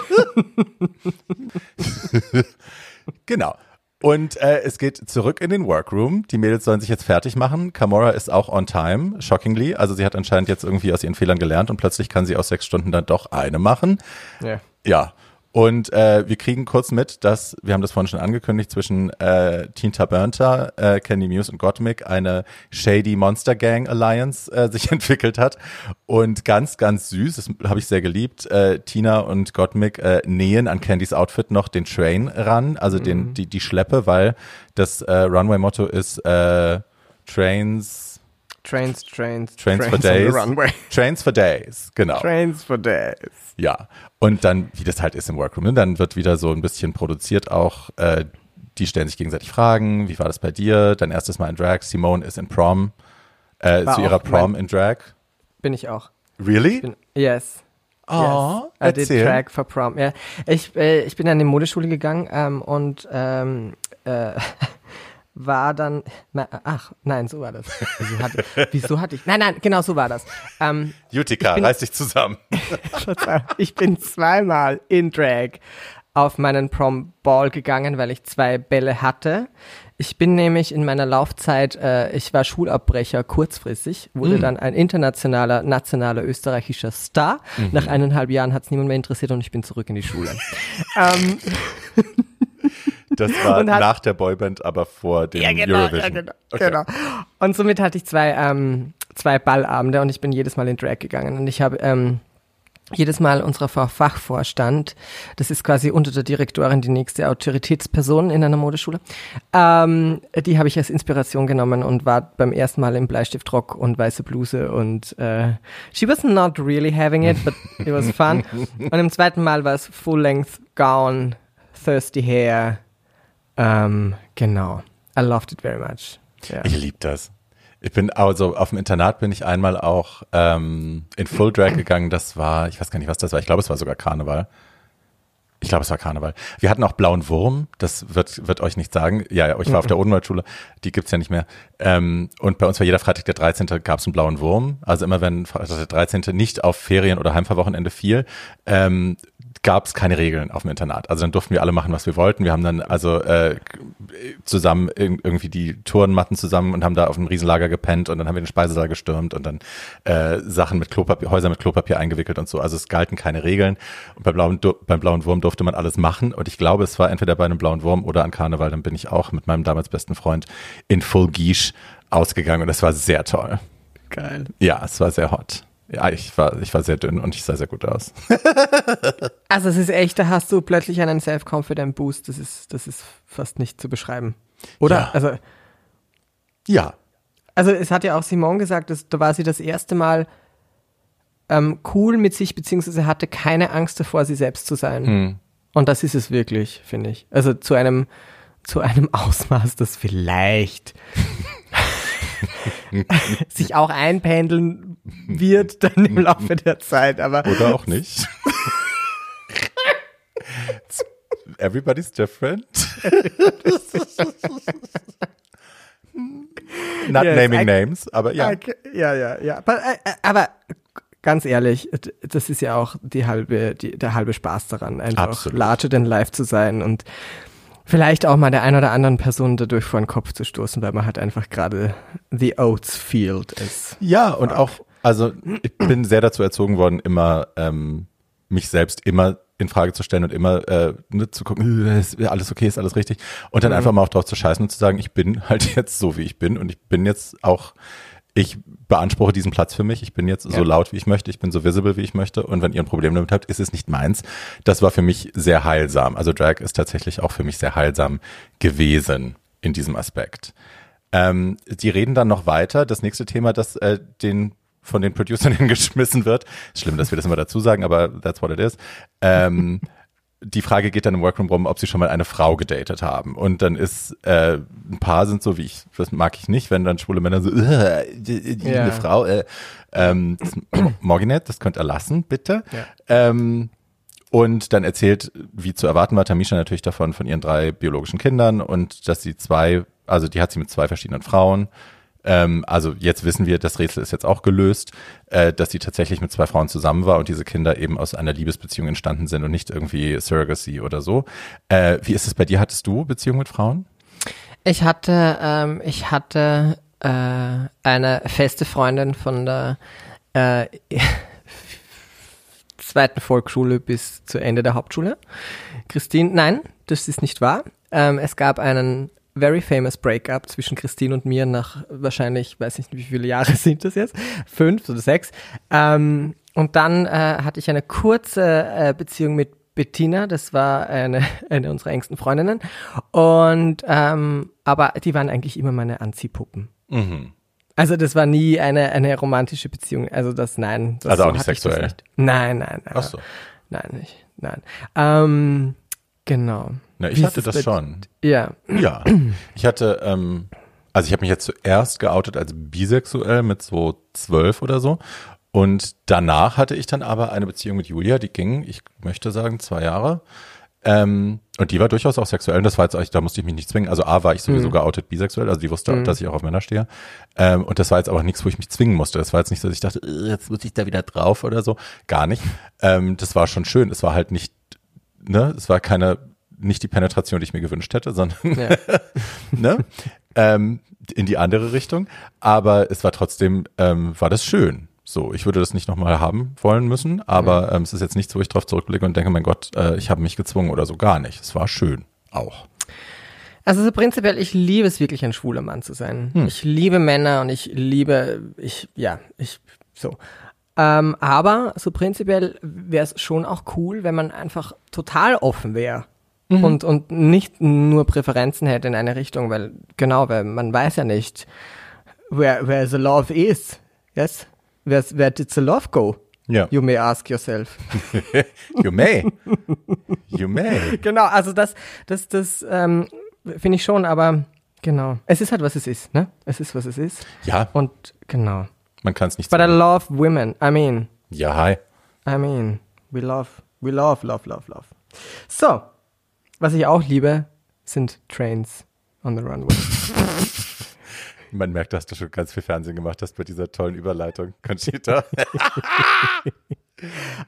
Genau. Und äh, es geht zurück in den Workroom. Die Mädels sollen sich jetzt fertig machen. Kamora ist auch on time, shockingly. Also sie hat anscheinend jetzt irgendwie aus ihren Fehlern gelernt und plötzlich kann sie aus sechs Stunden dann doch eine machen. Ja. Ja. Und äh, wir kriegen kurz mit, dass, wir haben das vorhin schon angekündigt, zwischen äh, Teen Tabernta, äh, Candy Muse und Gottmik eine Shady Monster Gang Alliance äh, sich entwickelt hat. Und ganz, ganz süß, das habe ich sehr geliebt, äh, Tina und Gottmik äh, nähen an Candys Outfit noch den Train ran, also den, mhm. die, die Schleppe, weil das äh, Runway-Motto ist äh, Trains... Trains, Trains, Trains, Trains for Days. Runway. Trains for Days, genau. Trains for Days. Ja, und dann, wie das halt ist im Workroom, ne? Dann wird wieder so ein bisschen produziert auch, äh, die stellen sich gegenseitig Fragen, wie war das bei dir? Dein erstes Mal in Drag, Simone ist in Prom, äh, zu ihrer Prom in Drag. Bin ich auch. Really? Bin, yes. Oh, yes. I did erzähl. Drag for Prom. Ja. Ich, äh, ich bin an die Modeschule gegangen ähm, und ähm, äh, war dann, na, ach, nein, so war das. Wieso hatte, wieso hatte ich, nein, nein, genau so war das. Ähm, Utica, reiß dich zusammen. Ich bin zweimal in Drag auf meinen Prom-Ball gegangen, weil ich zwei Bälle hatte. Ich bin nämlich in meiner Laufzeit, äh, ich war Schulabbrecher kurzfristig, wurde mm. dann ein internationaler, nationaler österreichischer Star. Mhm. Nach eineinhalb Jahren hat es niemand mehr interessiert und ich bin zurück in die Schule. ähm, Das war hat, nach der Boyband, aber vor dem ja, genau, Eurovision. Ja, genau, okay. genau. Und somit hatte ich zwei, ähm, zwei Ballabende und ich bin jedes Mal in Drag gegangen. Und ich habe ähm, jedes Mal unserer Fachvorstand, das ist quasi unter der Direktorin die nächste Autoritätsperson in einer Modeschule, ähm, die habe ich als Inspiration genommen und war beim ersten Mal im Bleistiftrock und weiße Bluse und äh, she was not really having it, but it was fun. Und im zweiten Mal war es Full-Length Gown, Thirsty Hair. Ähm, genau. I loved it very much. Yeah. Ich liebe das. Ich bin, also auf dem Internat bin ich einmal auch ähm, in Full Drag gegangen. Das war, ich weiß gar nicht, was das war. Ich glaube, es war sogar Karneval. Ich glaube, es war Karneval. Wir hatten auch Blauen Wurm. Das wird wird euch nicht sagen. Ja, ja, ich war auf der Odenwaldschule. Die gibt's ja nicht mehr. Ähm, und bei uns war jeder Freitag der dreizehnte gab es einen Blauen Wurm. Also immer wenn Freitag der dreizehnte nicht auf Ferien- oder Heimfahrwochenende fiel, ähm, gab es keine Regeln auf dem Internat. Also dann durften wir alle machen, was wir wollten. Wir haben dann also äh, zusammen irgendwie die Turnmatten zusammen und haben da auf einem Riesenlager gepennt und dann haben wir den Speisesaal gestürmt und dann äh, Sachen mit Klopapier, Häuser mit Klopapier eingewickelt und so. Also es galten keine Regeln. Und beim blauen, beim blauen Wurm durfte man alles machen. Und ich glaube, es war entweder bei einem blauen Wurm oder an Karneval. Dann bin ich auch mit meinem damals besten Freund in Full Guiche ausgegangen und das war sehr toll. Geil. Ja, es war sehr hot. Ja, ich war, ich war sehr dünn und ich sah sehr gut aus. Also es ist echt, da hast du plötzlich einen Self-Confident Boost, das ist, das ist fast nicht zu beschreiben. Oder? Ja. Also, Ja. also es hat ja auch Simone gesagt, dass, da war sie das erste Mal ähm, cool mit sich, beziehungsweise hatte keine Angst davor, sie selbst zu sein. Hm. Und das ist es wirklich, finde ich. Also zu einem, zu einem Ausmaß, das vielleicht sich auch einpendeln wird dann im Laufe der Zeit, aber Oder auch nicht. Everybody's different. Not Yes, naming I- names, aber ja. Okay, ja, ja, ja. Aber, äh, aber ganz ehrlich, das ist ja auch die halbe, die, der halbe Spaß daran, einfach Absolut. larger than life zu sein und vielleicht auch mal der ein oder anderen Person dadurch vor den Kopf zu stoßen, weil man halt einfach gerade the Oats Field ist. Ja, und auch, also ich bin sehr dazu erzogen worden, immer ähm, mich selbst immer in Frage zu stellen und immer äh, ne, zu gucken, äh, ist alles okay, ist alles richtig. Und dann Mhm. einfach mal auch drauf zu scheißen und zu sagen, ich bin halt jetzt so, wie ich bin und ich bin jetzt auch, ich beanspruche diesen Platz für mich, ich bin jetzt Ja. so laut, wie ich möchte, ich bin so visible, wie ich möchte und wenn ihr ein Problem damit habt, ist es nicht meins. Das war für mich sehr heilsam. Also Drag ist tatsächlich auch für mich sehr heilsam gewesen in diesem Aspekt. Ähm, die reden dann noch weiter. Das nächste Thema, das äh, den von den Producern hingeschmissen wird. Ist schlimm, dass wir das immer dazu sagen, aber that's what it is. Ähm, die Frage geht dann im Workroom rum, ob sie schon mal eine Frau gedatet haben. Und dann ist, äh, ein paar sind so, wie ich, das mag ich nicht, wenn dann schwule Männer so, äh, die, die, Ja. eine Frau, äh, ähm, das, Morginette, das könnt ihr lassen, bitte. Ja. Ähm, und dann erzählt, wie zu erwarten war, Tamisha natürlich davon, von ihren drei biologischen Kindern und dass sie zwei, also die hat sie mit zwei verschiedenen Frauen. Ähm, also jetzt wissen wir, das Rätsel ist jetzt auch gelöst, äh, dass sie tatsächlich mit zwei Frauen zusammen war und diese Kinder eben aus einer Liebesbeziehung entstanden sind und nicht irgendwie Surrogacy oder so. Äh, wie ist es bei dir? Hattest du Beziehungen mit Frauen? Ich hatte, ähm, ich hatte äh, eine feste Freundin von der äh, zweiten Volksschule bis zu Ende der Hauptschule. Christine, nein, das ist nicht wahr. Ähm, es gab einen very famous Breakup zwischen Christine und mir nach wahrscheinlich, weiß nicht, wie viele Jahre sind das jetzt? Fünf oder sechs. Ähm, und dann äh, hatte ich eine kurze äh, Beziehung mit Bettina, das war eine, eine unserer engsten Freundinnen. Und ähm, aber die waren eigentlich immer meine Anziehpuppen. Mhm. Also das war nie eine, eine romantische Beziehung. Also das, nein. Das, Also auch so nicht hatte ich das sexuell? nicht. Nein, nein, nein. Ach so. Nein, nicht. Nein. Ähm, genau. Na, ich Wie hatte ist es das bei- schon. Ja. Ja. Ich hatte, ähm, also ich habe mich jetzt zuerst geoutet als bisexuell mit so zwölf oder so. Und danach hatte ich dann aber eine Beziehung mit Julia, die ging, ich möchte sagen, zwei Jahre. Ähm, und die war durchaus auch sexuell. Und das war jetzt, eigentlich- da musste ich mich nicht zwingen. Also A, war ich sowieso Mhm. geoutet bisexuell, also die wusste, Mhm. dass ich auch auf Männer stehe. Ähm, und das war jetzt aber nichts, wo ich mich zwingen musste. Das war jetzt nicht so, dass ich dachte, äh, jetzt muss ich da wieder drauf oder so. Gar nicht. Ähm, das war schon schön. Es war halt nicht, ne, es war keine, nicht die Penetration, die ich mir gewünscht hätte, sondern Ja. ne? ähm, in die andere Richtung. Aber es war trotzdem, ähm, war das schön. So, ich würde das nicht nochmal haben wollen müssen, aber ähm, es ist jetzt nichts, wo ich drauf zurückblicke und denke, mein Gott, äh, ich habe mich gezwungen oder so, gar nicht. Es war schön, auch. Also so prinzipiell, ich liebe es wirklich, ein schwuler Mann zu sein. Hm. Ich liebe Männer und ich liebe, ich, ja, ich, so. Ähm, aber so prinzipiell wäre es schon auch cool, wenn man einfach total offen wäre. Mhm. Und, und nicht nur Präferenzen hätte in eine Richtung, weil, genau, weil man weiß ja nicht, where, where the love is. Yes? Where, where did the love go? Ja. You may ask yourself. You may. You may. Genau, also das, das, das ähm, finde ich schon, aber genau. Es ist halt, was es ist, ne? Es ist, was es ist. Ja, Und genau. man kann es nicht But I sagen. love women. I mean, Ja, hi. I mean, we love, we love, love, love, love. So, was ich auch liebe, sind Trains on the runway. Man merkt, dass du schon ganz viel Fernsehen gemacht hast bei dieser tollen Überleitung, Conchita.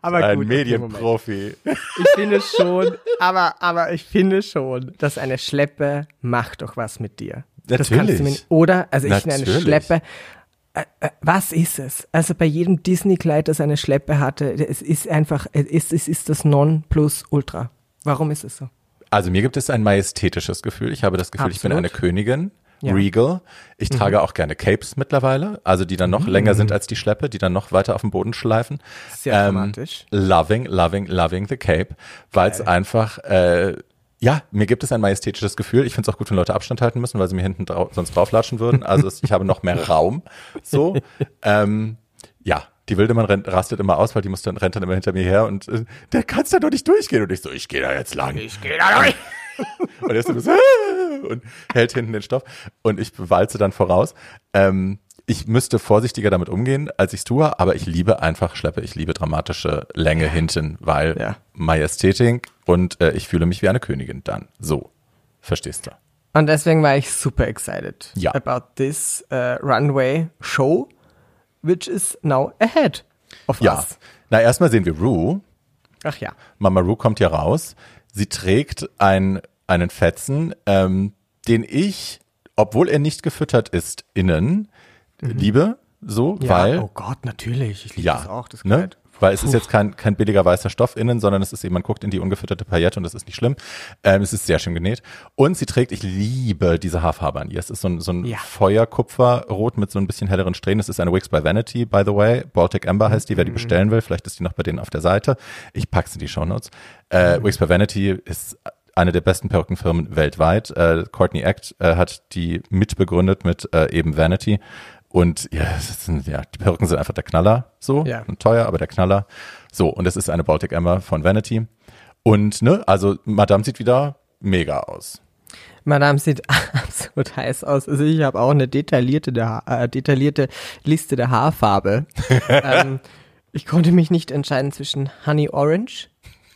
Aber Ein gut, Medienprofi. Ich finde schon, aber, aber ich finde schon, dass eine Schleppe macht doch was mit dir. Das kannst du mir, Natürlich. oder? Also ich finde eine Natürlich. Schleppe, äh, äh, was ist es? Also bei jedem Disney-Kleid, das eine Schleppe hatte, es ist einfach, es ist, es ist das Nonplusultra. Warum ist es so? Also mir gibt es ein majestätisches Gefühl. Ich habe das Gefühl, ich bin Absolut. eine Königin. Ja. Regal. Ich Mhm. trage auch gerne Capes mittlerweile, also die dann noch Mhm. länger sind als die Schleppe, die dann noch weiter auf dem Boden schleifen. Sehr dramatisch. Loving, loving, loving the Cape, weil es einfach, äh, ja, mir gibt es ein majestätisches Gefühl. Ich finde es auch gut, wenn Leute Abstand halten müssen, weil sie mir hinten drau- sonst drauflatschen würden. Also es, ich habe noch mehr Raum. So, ähm, ja. Die Wildemann rennt, rastet immer aus, weil die muss dann, rennt dann immer hinter mir her und äh, der kannst da doch nicht durchgehen. Und ich so, ich gehe da jetzt lang. Ich gehe da durch. Und er ist so, äh, und hält hinten den Stoff. Und ich walze dann voraus. Ähm, ich müsste vorsichtiger damit umgehen, als ich es tue, aber ich liebe einfach Schleppe. Ich liebe dramatische Länge hinten, weil Ja. Majestätik und äh, ich fühle mich wie eine Königin dann. So, verstehst du? Und deswegen war ich super excited Ja. about this uh, runway show, which is now ahead of Ja. us. Na, erstmal sehen wir Rue. Ach ja. Mama Rue kommt hier raus. Sie trägt ein, einen Fetzen, ähm, den ich, obwohl er nicht gefüttert ist, innen, liebe, so, Ja, weil, oh Gott, natürlich. Ich liebe ja, das auch, das ne? Kleid. Weil es ist Puh. jetzt kein, kein billiger weißer Stoff innen, sondern es ist eben, man guckt in die ungefütterte Paillette und das ist nicht schlimm. Ähm, es ist sehr schön genäht. Und sie trägt, ich liebe diese Haarfarbe an ihr. Es ist so ein, so ein Ja. Feuerkupferrot mit so ein bisschen helleren Strähnen. Es ist eine Wigs by Vanity, by the way. Baltic Amber heißt die, wer die bestellen will. Vielleicht ist die noch bei denen auf der Seite. Ich pack's in die Shownotes. Äh, Wigs by Vanity ist eine der besten Perückenfirmen weltweit. Äh, Courtney Act äh, hat die mitbegründet mit äh, eben Vanity. Und ja, es sind, ja, die Perücken sind einfach der Knaller, so, Ja. und teuer, aber der Knaller. So, und es ist eine Baltic Amber von Vanity. Und, ne, also Madame sieht wieder mega aus. Madame sieht absolut heiß aus. Also ich habe auch eine detaillierte, der, äh, detaillierte Liste der Haarfarbe. ähm, ich konnte mich nicht entscheiden zwischen Honey Orange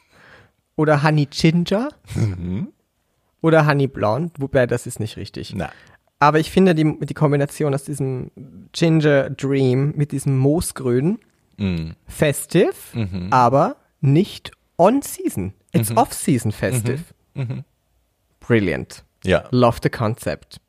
oder Honey Ginger oder Honey Blonde, wobei das ist nicht richtig. Na, Aber ich finde die, die Kombination aus diesem Ginger Dream mit diesem Moosgrün mm, festive, aber nicht on season. It's off-season festive. Brilliant. ja. Love the concept.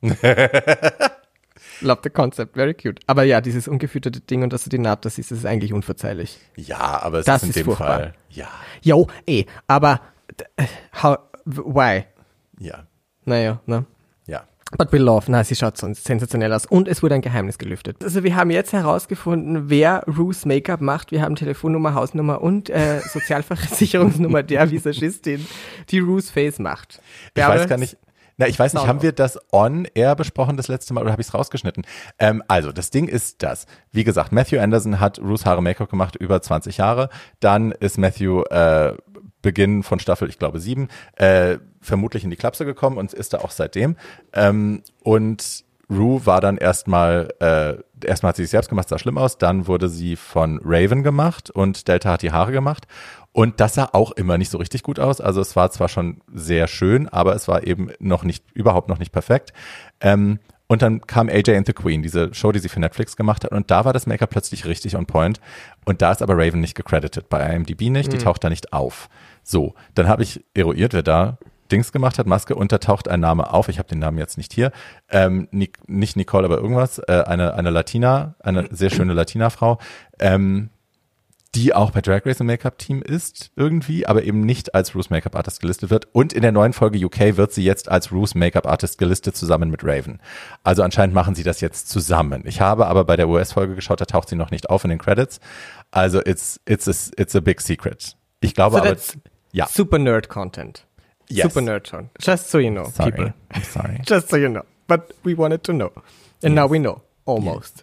Love the concept, very cute. Aber ja, dieses ungefütterte Ding und dass du die Naht, das ist, das ist eigentlich unverzeihlich. Ja, aber es Das ist in ist dem furchtbar. Fall, ja, Jo, eh, aber d- how, why? ja, Naja, ne? ja. But we love. Na, sie schaut sonst sensationell aus. Und es wurde ein Geheimnis gelüftet. Also wir haben jetzt herausgefunden, wer Rues Make-up macht. Wir haben Telefonnummer, Hausnummer und äh, Sozialversicherungsnummer der Visagistin, die Rues Face macht. Ich Bärbel, weiß gar nicht, na, ich weiß nicht, haben wir das on-air besprochen das letzte Mal oder habe ich es rausgeschnitten? Ähm, also, das Ding ist das. Wie gesagt, Matthew Anderson hat Rues Haare Make-up gemacht über zwanzig Jahre. Dann ist Matthew äh, Beginn von Staffel, ich glaube sieben, äh, vermutlich in die Klapse gekommen und ist da auch seitdem. Ähm, und Rue war dann erstmal, äh, erstmal hat sie sich selbst gemacht, sah schlimm aus. Dann wurde sie von Raven gemacht und Delta hat die Haare gemacht. Und das sah auch immer nicht so richtig gut aus. Also es war zwar schon sehr schön, aber es war eben noch nicht, überhaupt noch nicht perfekt. Ähm, und dann kam A J and the Queen, diese Show, die sie für Netflix gemacht hat. Und da war das Make-up plötzlich richtig on point. Und da ist aber Raven nicht gecredited, bei I M D B nicht, die taucht da nicht auf. So, dann habe ich eruiert, wer da Dings gemacht hat, Maske, und da taucht ein Name auf, ich habe den Namen jetzt nicht hier, ähm, Nic- nicht Nicole, aber irgendwas, äh, eine, eine Latina, eine sehr schöne Latina-Frau, ähm, die auch bei Drag Race im Make-up-Team ist irgendwie, aber eben nicht als Rue's Make-up-Artist gelistet wird. Und in der neuen Folge U K wird sie jetzt als Rue's Make-up-Artist gelistet, zusammen mit Raven. Also anscheinend machen sie das jetzt zusammen. Ich habe aber bei der U S-Folge geschaut, da taucht sie noch nicht auf in den Credits. Also it's, it's, a, it's a big secret. Ich glaube So aber, that's ja. super Nerd Content. Yes. Super Nerd Content. Just so you know, Sorry, people. I'm sorry. Just so you know. But we wanted to know. And now we know. Almost.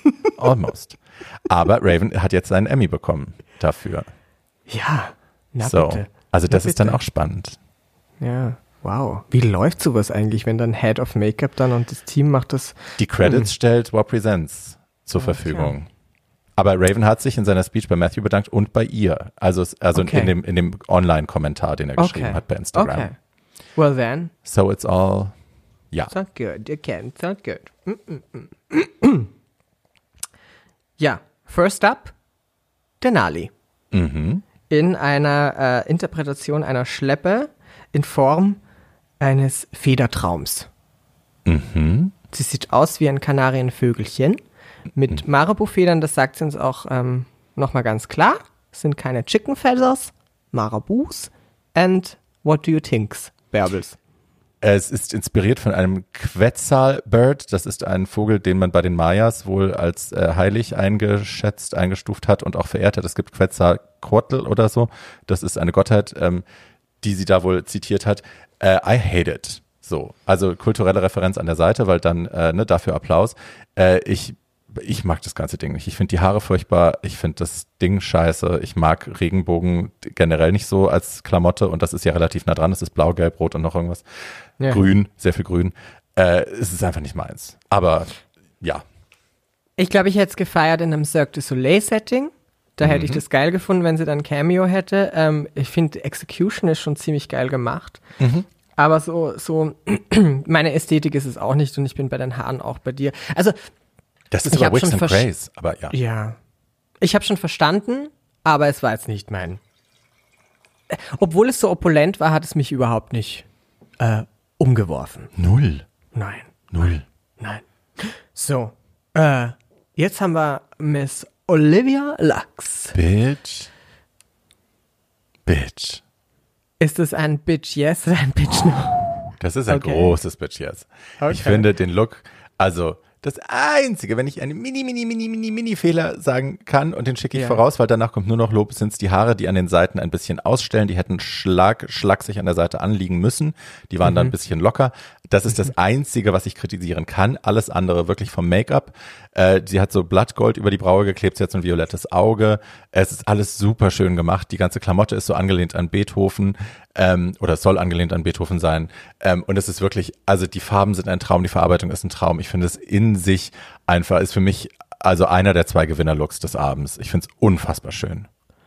Almost. Aber Raven hat jetzt seinen Emmy bekommen dafür. Ja. Na So, bitte. also das Na ist dann bitte. auch spannend. Ja. Wow. Wie läuft sowas eigentlich, wenn dann Head of Make-up dann und das Team macht das? Die Credits stellt Wow Presents zur Verfügung. Aber Raven hat sich in seiner Speech bei Matthew bedankt und bei ihr. Also, es- also Okay. in dem, in dem Online-Kommentar, den er geschrieben Okay. hat bei Instagram. Okay. Well then, So it's all, ja. sound good. You can, sound good. Mm, mm, mm. Ja, first up, Denali. Mhm. in einer äh, Interpretation einer Schleppe in Form eines Federtraums. Mhm. Sie sieht aus wie ein Kanarienvögelchen mit Marabu-Federn, das sagt sie uns auch ähm, nochmal ganz klar. Es sind keine Chicken Feathers, Marabus. And what do you think, Bärbels? Es ist inspiriert von einem Quetzalbird. Das ist ein Vogel, den man bei den Mayas wohl als äh, heilig eingeschätzt, eingestuft hat und auch verehrt hat. Es gibt Quetzalcoatl oder so. Das ist eine Gottheit, ähm, die sie da wohl zitiert hat. Äh, I hate it. So, also kulturelle Referenz an der Seite, weil dann, äh, ne, dafür Applaus. Äh, ich Ich mag das ganze Ding nicht. Ich finde die Haare furchtbar. Ich finde das Ding scheiße. Ich mag Regenbogen generell nicht so als Klamotte. Und das ist ja relativ nah dran. Es ist blau, gelb, rot und noch irgendwas. Ja. Grün, sehr viel grün. Äh, es ist einfach nicht meins. Aber ja. Ich glaube, ich hätte es gefeiert in einem Cirque du Soleil-Setting. Da hätte Mhm. ich das geil gefunden, wenn sie dann Cameo hätte. Ähm, ich finde, Execution ist schon ziemlich geil gemacht. Mhm. Aber so, so meine Ästhetik ist es auch nicht. Und ich bin bei den Haaren auch bei dir. Also, Das ist Ich aber hab Wicks schon and versch- Grace. Aber ja. ja. Ich habe schon verstanden, aber es war jetzt nicht mein. Äh, Obwohl es so opulent war, hat es mich überhaupt nicht äh, umgeworfen. Null. Nein, Null. nein. So, äh, jetzt haben wir Miss Olivia Lux. Bitch. Bitch. Ist es ein Bitch Yes oder ein Bitch No? Das ist ein Okay. großes Bitch Yes. Okay. Ich finde den Look, also das Einzige, wenn ich einen mini, mini, mini, mini, mini Fehler sagen kann und den schicke ich Ja. voraus, weil danach kommt nur noch Lob, sind es die Haare, die an den Seiten ein bisschen ausstellen. Die hätten schlag, schlagsig an der Seite anliegen müssen. Die waren dann ein bisschen locker. Das ist das Einzige, was ich kritisieren kann. Alles andere wirklich vom Make-up. Äh, sie hat so Blattgold über die Braue geklebt, sie hat so ein violettes Auge. Es ist alles super schön gemacht. Die ganze Klamotte ist so angelehnt an Beethoven ähm, oder es soll angelehnt an Beethoven sein. Ähm, und es ist wirklich, also die Farben sind ein Traum, die Verarbeitung ist ein Traum. Ich finde es in sich einfach, ist für mich also einer der zwei Gewinner-Looks des Abends. Ich finde es unfassbar schön.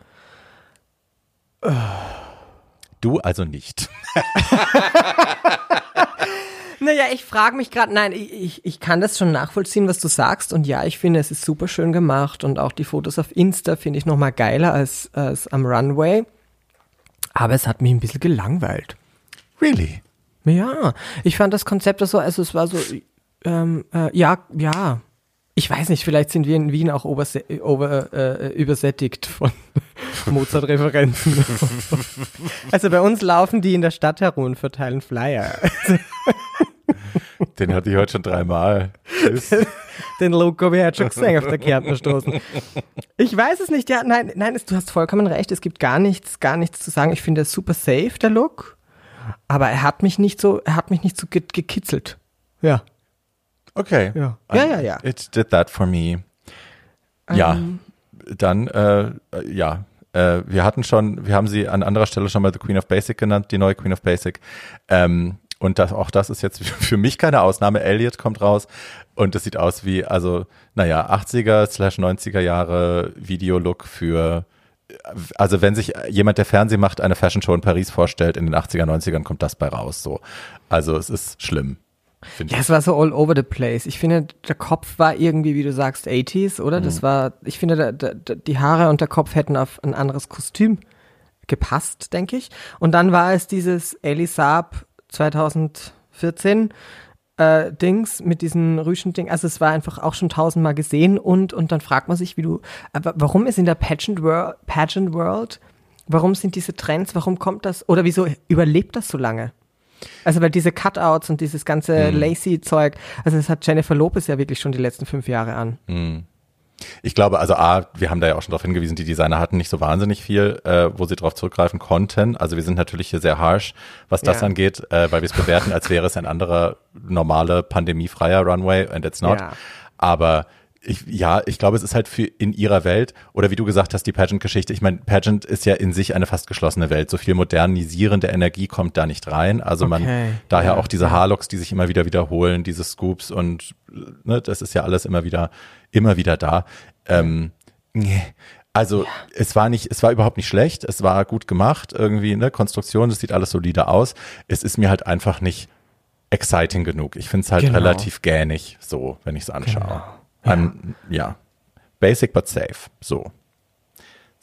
Du also nicht. Naja, ich frage mich gerade, nein, ich, ich, ich kann das schon nachvollziehen, was du sagst. Und ja, ich finde, es ist super schön gemacht. Und auch die Fotos auf Insta finde ich noch mal geiler als, als am Runway. Aber es hat mich ein bisschen gelangweilt. Really? Ja, ich fand das Konzept so, also es war so, ähm, äh, ja, ja. Ich weiß nicht, vielleicht sind wir in Wien auch oberse over, äh, übersättigt von Mozart-Referenzen. Also bei uns laufen die in der Stadt herum und verteilen Flyer. Den hatte ich heute schon dreimal. Tschüss. Den Logo habe ich halt schon gesehen auf der Kärntnerstraße. Ich weiß es nicht, ja, nein, nein, es, du hast vollkommen recht, es gibt gar nichts, gar nichts zu sagen. Ich finde es super safe, der Look, aber er hat mich nicht so, er hat mich nicht so ge gekitzelt. Ja. Okay. Ja. Ja, ja, ja. It did that for me. Ja, Ähm. dann, äh, ja, äh, wir hatten schon, wir haben sie an anderer Stelle schon mal The Queen of Basic genannt, die neue Queen of Basic. Ähm, und das, auch das ist jetzt für mich keine Ausnahme. Elliot kommt raus und es sieht aus wie, also, naja, achtziger slash neunziger Jahre Videolook für, also wenn sich jemand, der Fernsehen macht, eine Fashion Show in Paris vorstellt, in den achtziger, neunzigern kommt das bei raus, so. Also es ist schlimm. Ja, es war so all over the place. Ich finde, der Kopf war irgendwie, wie du sagst, achtziger, oder? Das war, ich finde, der, der, die Haare und der Kopf hätten auf ein anderes Kostüm gepasst, denke ich. Und dann war es dieses Elie Saab zweitausendvierzehn äh, Dings mit diesen Rüschen-Ding. Also es war einfach auch schon tausendmal gesehen und, und dann fragt man sich, wie du, aber warum ist in der Pageant World, Pageant World, warum sind diese Trends, warum kommt das, oder wieso überlebt das so lange? Also weil diese Cutouts und dieses ganze Mhm. Lacy-Zeug, also das hat Jennifer Lopez ja wirklich schon die letzten fünf Jahre an. Mhm. Ich glaube, also A, wir haben da ja auch schon darauf hingewiesen, die Designer hatten nicht so wahnsinnig viel, äh, wo sie darauf zurückgreifen konnten. Also wir sind natürlich hier sehr harsh, was das Ja. angeht, äh, weil wir es bewerten, als wäre es ein anderer, normale, pandemiefreier Runway, and it's not. Ja. Aber ich, ja, ich glaube, es ist halt für in ihrer Welt, oder wie du gesagt hast, die Pageant-Geschichte. Ich meine, Pageant ist ja in sich eine fast geschlossene Welt. So viel modernisierende Energie kommt da nicht rein. Also man, Okay. daher Ja. auch diese Haarlocks, die sich immer wieder wiederholen, diese Scoops und ne, das ist ja alles immer wieder, immer wieder da. Ähm, nee. Also es war nicht, es war überhaupt nicht schlecht, es war gut gemacht, irgendwie, ne, Konstruktion, das sieht alles solide aus. Es ist mir halt einfach nicht exciting genug. Ich finde es halt Genau. relativ gähnig, so, wenn ich es anschaue. Genau. Ja. Um, ja. Basic but safe. So.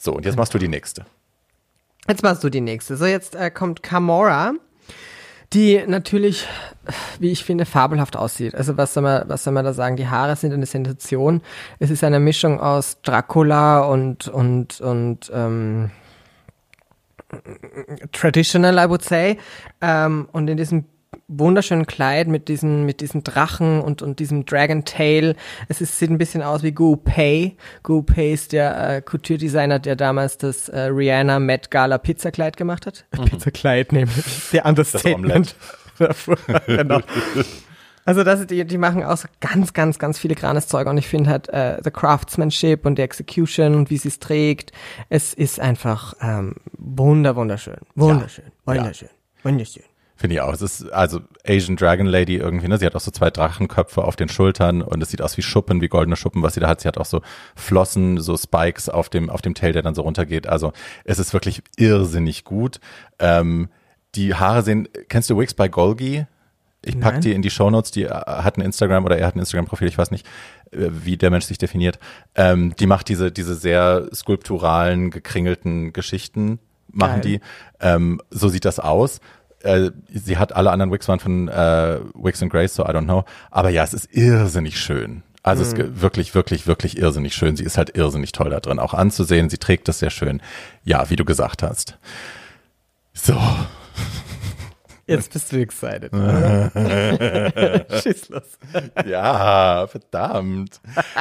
So, und jetzt machst du die nächste. Jetzt machst du die nächste. So, jetzt äh, kommt Kamora, die natürlich, wie ich finde, fabelhaft aussieht. Also was soll man, was soll man da sagen? Die Haare sind eine Sensation. Es ist eine Mischung aus Dracula und, und, und, ähm, traditional, I would say. Ähm, und in diesem wunderschönen Kleid mit diesen, mit diesen Drachen und, und diesem Dragon Tail. Es ist, sieht ein bisschen aus wie Gu Pei. Gu Pei ist der äh, Couture-Designer, der damals das äh, Rihanna Met Gala Pizzakleid gemacht hat. Mhm. Pizzakleid nämlich. Der Understatement. Genau. Also das, die, die machen auch so ganz, ganz, ganz filigranes Zeug und ich finde halt äh, the Craftsmanship und die Execution und wie sie es trägt, es ist einfach ähm, wunder, wunderschön. Wunderschön. Ja. Wunderschön. Ja. Wunderschön. Finde ich auch. Es ist also Asian Dragon Lady irgendwie, ne? Sie hat auch so zwei Drachenköpfe auf den Schultern und es sieht aus wie Schuppen, wie goldene Schuppen, was sie da hat. Sie hat auch so Flossen, so Spikes auf dem, auf dem Tail, der dann so runtergeht. Also es ist wirklich irrsinnig gut. Ähm, die Haare sehen, kennst du Wigs bei Golgi? Ich pack Nein. die in die Shownotes, die hat ein Instagram oder er hat ein Instagram-Profil, ich weiß nicht, wie der Mensch sich definiert. Ähm, die macht diese, diese sehr skulpturalen, gekringelten Geschichten, machen Geil. die. Ähm, so sieht das aus. Äh, sie hat alle anderen Wigs waren von äh, Wigs and Grace, so I don't know. Aber ja, es ist irrsinnig schön. Also es ist wirklich, wirklich, wirklich irrsinnig schön. Sie ist halt irrsinnig toll da drin, auch anzusehen. Sie trägt das sehr schön. Ja, wie du gesagt hast. So. Jetzt bist du excited. Oder? Schieß los. Ja, verdammt.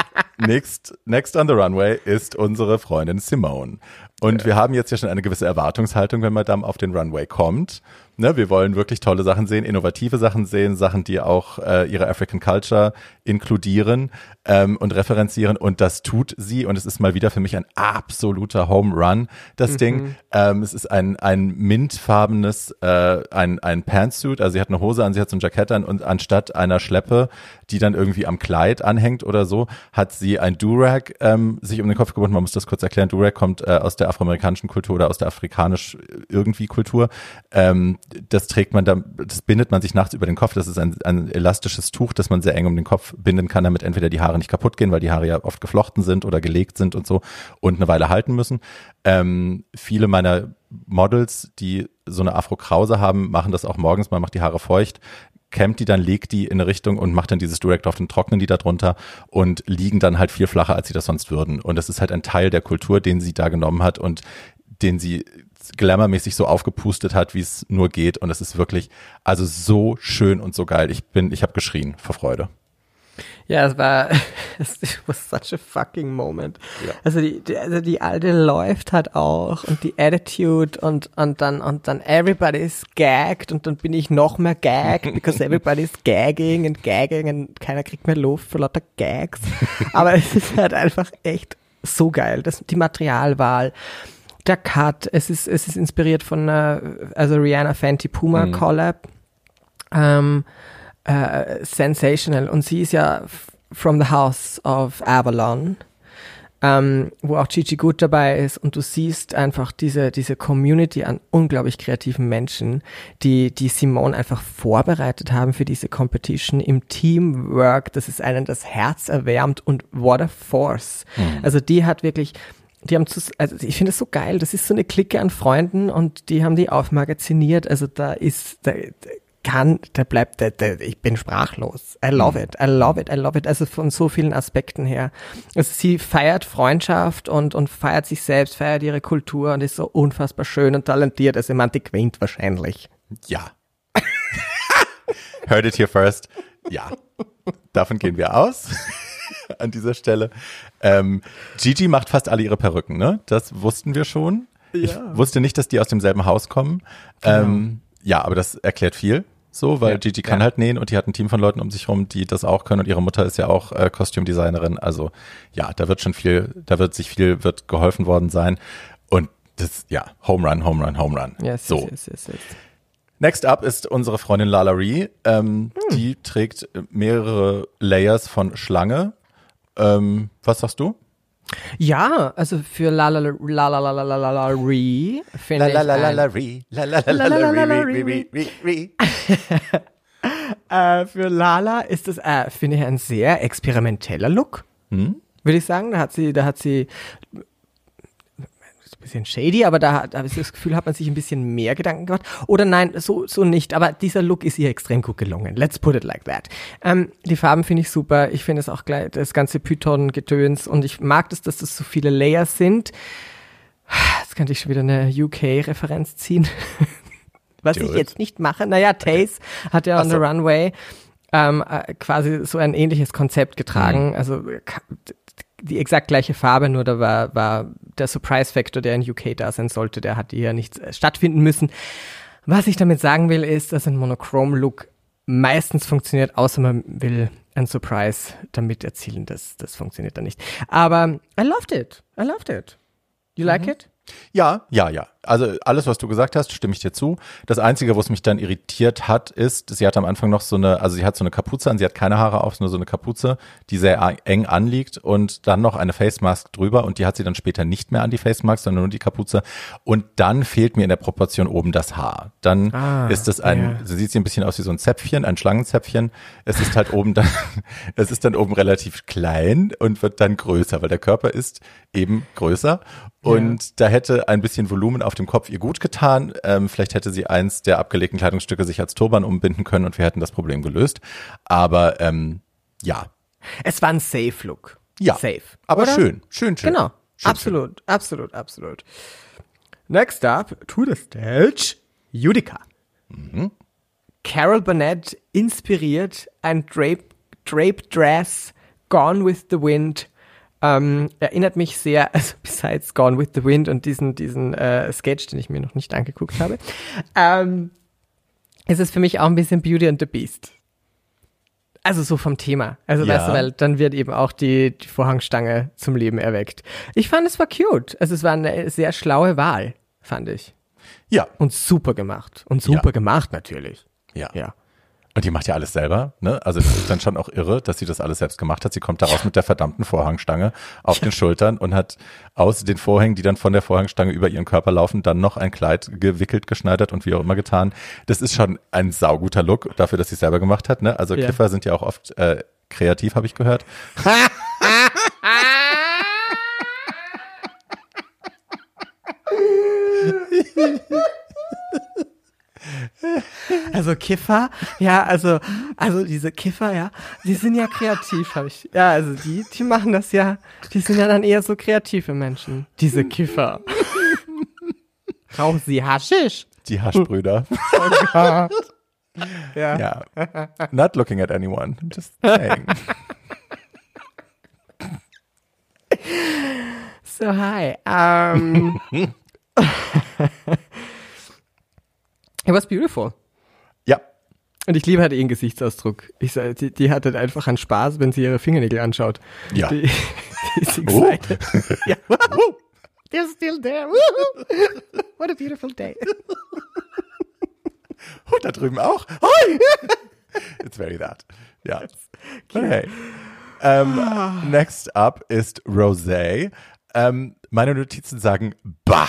Next, next on the runway ist unsere Freundin Simone. Und ja. wir haben jetzt ja schon eine gewisse Erwartungshaltung, wenn Madame auf den Runway kommt. Ne, wir wollen wirklich tolle Sachen sehen, innovative Sachen sehen, Sachen, die auch äh, ihre African Culture inkludieren ähm, und referenzieren. Und das tut sie. Und es ist mal wieder für mich ein absoluter Home Run, das mhm. Ding. Ähm, es ist ein ein mintfarbenes, äh, ein ein Pantsuit. Also sie hat eine Hose an, sie hat so ein Jackett an und anstatt einer Schleppe, die dann irgendwie am Kleid anhängt oder so, hat sie ein Durag ähm, sich um den Kopf gebunden. Man muss das kurz erklären. Durag kommt äh, aus der afroamerikanischen Kultur oder aus der afrikanisch irgendwie Kultur. Ähm, das trägt man da, das bindet man sich nachts über den Kopf. Das ist ein, ein elastisches Tuch, das man sehr eng um den Kopf binden kann, damit entweder die Haare nicht kaputt gehen, weil die Haare ja oft geflochten sind oder gelegt sind und so und eine Weile halten müssen. Ähm, viele meiner Models, die so eine Afro-Krause haben, machen das auch morgens. Man macht die Haare feucht, kämmt die dann, legt die in eine Richtung und macht dann dieses Durag drauf und trocknen die da drunter und liegen dann halt viel flacher, als sie das sonst würden. Und das ist halt ein Teil der Kultur, den sie da genommen hat und den sie glamourmäßig so aufgepustet hat, wie es nur geht. Und es ist wirklich, also so schön und so geil. Ich bin, ich habe geschrien vor Freude. Ja, es war, it was such a fucking moment. Ja. Also die, die, also die alte läuft halt auch und die Attitude und, und dann, und dann everybody is gagged und dann bin ich noch mehr gagged, because everybody is gagging and gagging und keiner kriegt mehr Luft für lauter Gags. Aber es ist halt einfach echt so geil. Das, die Materialwahl, der Cut, es ist, es ist inspiriert von einer, also Rihanna Fenty Puma mhm. Collab. Ähm, Uh, sensational. Und sie ist ja f- from the house of Avalon, ähm, wo auch Gigi Gut dabei ist und du siehst einfach diese, diese Community an unglaublich kreativen Menschen, die, die Simone einfach vorbereitet haben für diese Competition im Teamwork, das ist einen das Herz erwärmt und what a force. Mhm. Also die hat wirklich Die haben zu, also ich finde es so geil, das ist so eine Clique an Freunden und die haben die aufmagaziniert, also da ist, da, da kann, der bleibt, der, der, ich bin sprachlos. I love it, I love it, I love it. Also von so vielen Aspekten her. Also sie feiert Freundschaft und, und feiert sich selbst, feiert ihre Kultur und ist so unfassbar schön und talentiert. Also ich meine, die gewinnt wahrscheinlich. Ja. Heard it here first. Ja. Davon gehen wir aus. An dieser Stelle. Ähm, Gigi macht fast alle ihre Perücken, ne? Das wussten wir schon. Ja. Ich wusste nicht, dass die aus demselben Haus kommen. Genau. Ähm, ja, aber das erklärt viel. So, weil ja, Gigi kann ja. halt nähen und die hat ein Team von Leuten um sich rum, die das auch können und ihre Mutter ist ja auch äh, Kostümdesignerin. Also ja, da wird schon viel, da wird sich viel, wird geholfen worden sein und das, ja, Home Run, Home Run, Home Run. Yes, so. yes, yes, yes. Next up ist unsere Freundin Lala Ree. Ähm, hm. Die trägt mehrere Layers von Schlange. Ähm, was sagst du? Ja, also für La La La La La La La La La Ree finde ich La La La La Ree, La La La La La Ree, Ree, Ree. Für Lala ist das, äh, finde ich, ein sehr experimenteller Look, hm? würde ich sagen. Da hat sie, da hat sie bisschen shady, aber da, da habe ich das Gefühl, hat man sich ein bisschen mehr Gedanken gemacht. Oder nein, so, so nicht. Aber dieser Look ist ihr extrem gut gelungen. Let's put it like that. Ähm, die Farben finde ich super. Ich finde es auch gleich, das ganze Python-Gedöns. Und ich mag das, dass das so viele Layers sind. Jetzt könnte ich schon wieder eine U K-Referenz ziehen. Was Do ich it. jetzt nicht mache. Naja, Taze okay. hat ja Ach on so. the Runway ähm, äh, quasi so ein ähnliches Konzept getragen. Mhm. Also die exakt gleiche Farbe, nur da war, war der Surprise-Factor, der in U K da sein sollte, der hat hier nicht äh, stattfinden müssen. Was ich damit sagen will, ist, dass ein Monochrome-Look meistens funktioniert, außer man will ein Surprise damit erzielen. Das, das funktioniert dann nicht. Aber I loved it. I loved it. You like mhm. it? Ja, ja, ja. Also alles, was du gesagt hast, stimme ich dir zu. Das Einzige, was mich dann irritiert hat, ist, sie hat am Anfang noch so eine, also sie hat so eine Kapuze an, sie hat keine Haare auf, nur so eine Kapuze, die sehr eng anliegt und dann noch eine Face Mask drüber und die hat sie dann später nicht mehr an die Face Mask, sondern nur die Kapuze und dann fehlt mir in der Proportion oben das Haar. Dann ah, ist es ein, ja. so sieht sie ein bisschen aus wie so ein Zäpfchen, ein Schlangenzäpfchen. Es ist halt oben dann, es ist dann oben relativ klein und wird dann größer, weil der Körper ist eben größer. Und ja. da hätte ein bisschen Volumen auf dem Kopf ihr gut getan. Ähm, vielleicht hätte sie eins der abgelegten Kleidungsstücke sich als Turban umbinden können und wir hätten das Problem gelöst. Aber ähm, ja. Es war ein Safe-Look. Ja, Safe. aber oder? schön, schön, schön. Genau, schön, absolut, schön. absolut, absolut. Next up, to the stage, Utica. Mhm. Carol Burnett inspiriert ein Drape, Drape Dress, Gone with the Wind. Ähm, erinnert mich sehr, also besides Gone with the Wind und diesen, diesen äh, Sketch, den ich mir noch nicht angeguckt habe, ähm, ist es für mich auch ein bisschen Beauty and the Beast. Also so vom Thema. Also Ja. weißt du, weil dann wird eben auch die, die Vorhangstange zum Leben erweckt. Ich fand, es war cute. Also es war eine sehr schlaue Wahl, fand ich. Ja, Und super gemacht. Und super Ja. gemacht natürlich. ja. Ja. Und die macht ja alles selber, ne? Also das ist dann schon auch irre, dass sie das alles selbst gemacht hat. Sie kommt da raus mit der verdammten Vorhangstange auf den Schultern und hat aus den Vorhängen, die dann von der Vorhangstange über ihren Körper laufen, dann noch ein Kleid gewickelt, geschneidert und wie auch immer getan. Das ist schon ein sauguter Look dafür, dass sie es selber gemacht hat, ne? Also Ja. Kiffer sind ja auch oft äh, kreativ, habe ich gehört. Also Kiffer, ja, also, also diese Kiffer, ja, die sind ja kreativ, habe ich. Ja, also die, die machen das ja, die sind ja dann eher so kreative Menschen. Diese Kiffer. Rauchen sie Haschisch? Die Haschbrüder. Oh Gott. Ja. Ja. Not looking at anyone. Just saying. So, hi. Um, it was beautiful. Ja. Und ich liebe halt ihren Gesichtsausdruck. Ich sag, die, die hat halt einfach einen Spaß, wenn sie ihre Fingernägel anschaut. Ja. Die, die ist Oh. excited. Ja. Woo. They're still there. Woo. What a beautiful day. Oh, da drüben auch. Hoi! It's very that. Ja. Okay. Ähm, next up ist Rosé. Ähm, meine Notizen sagen, bah.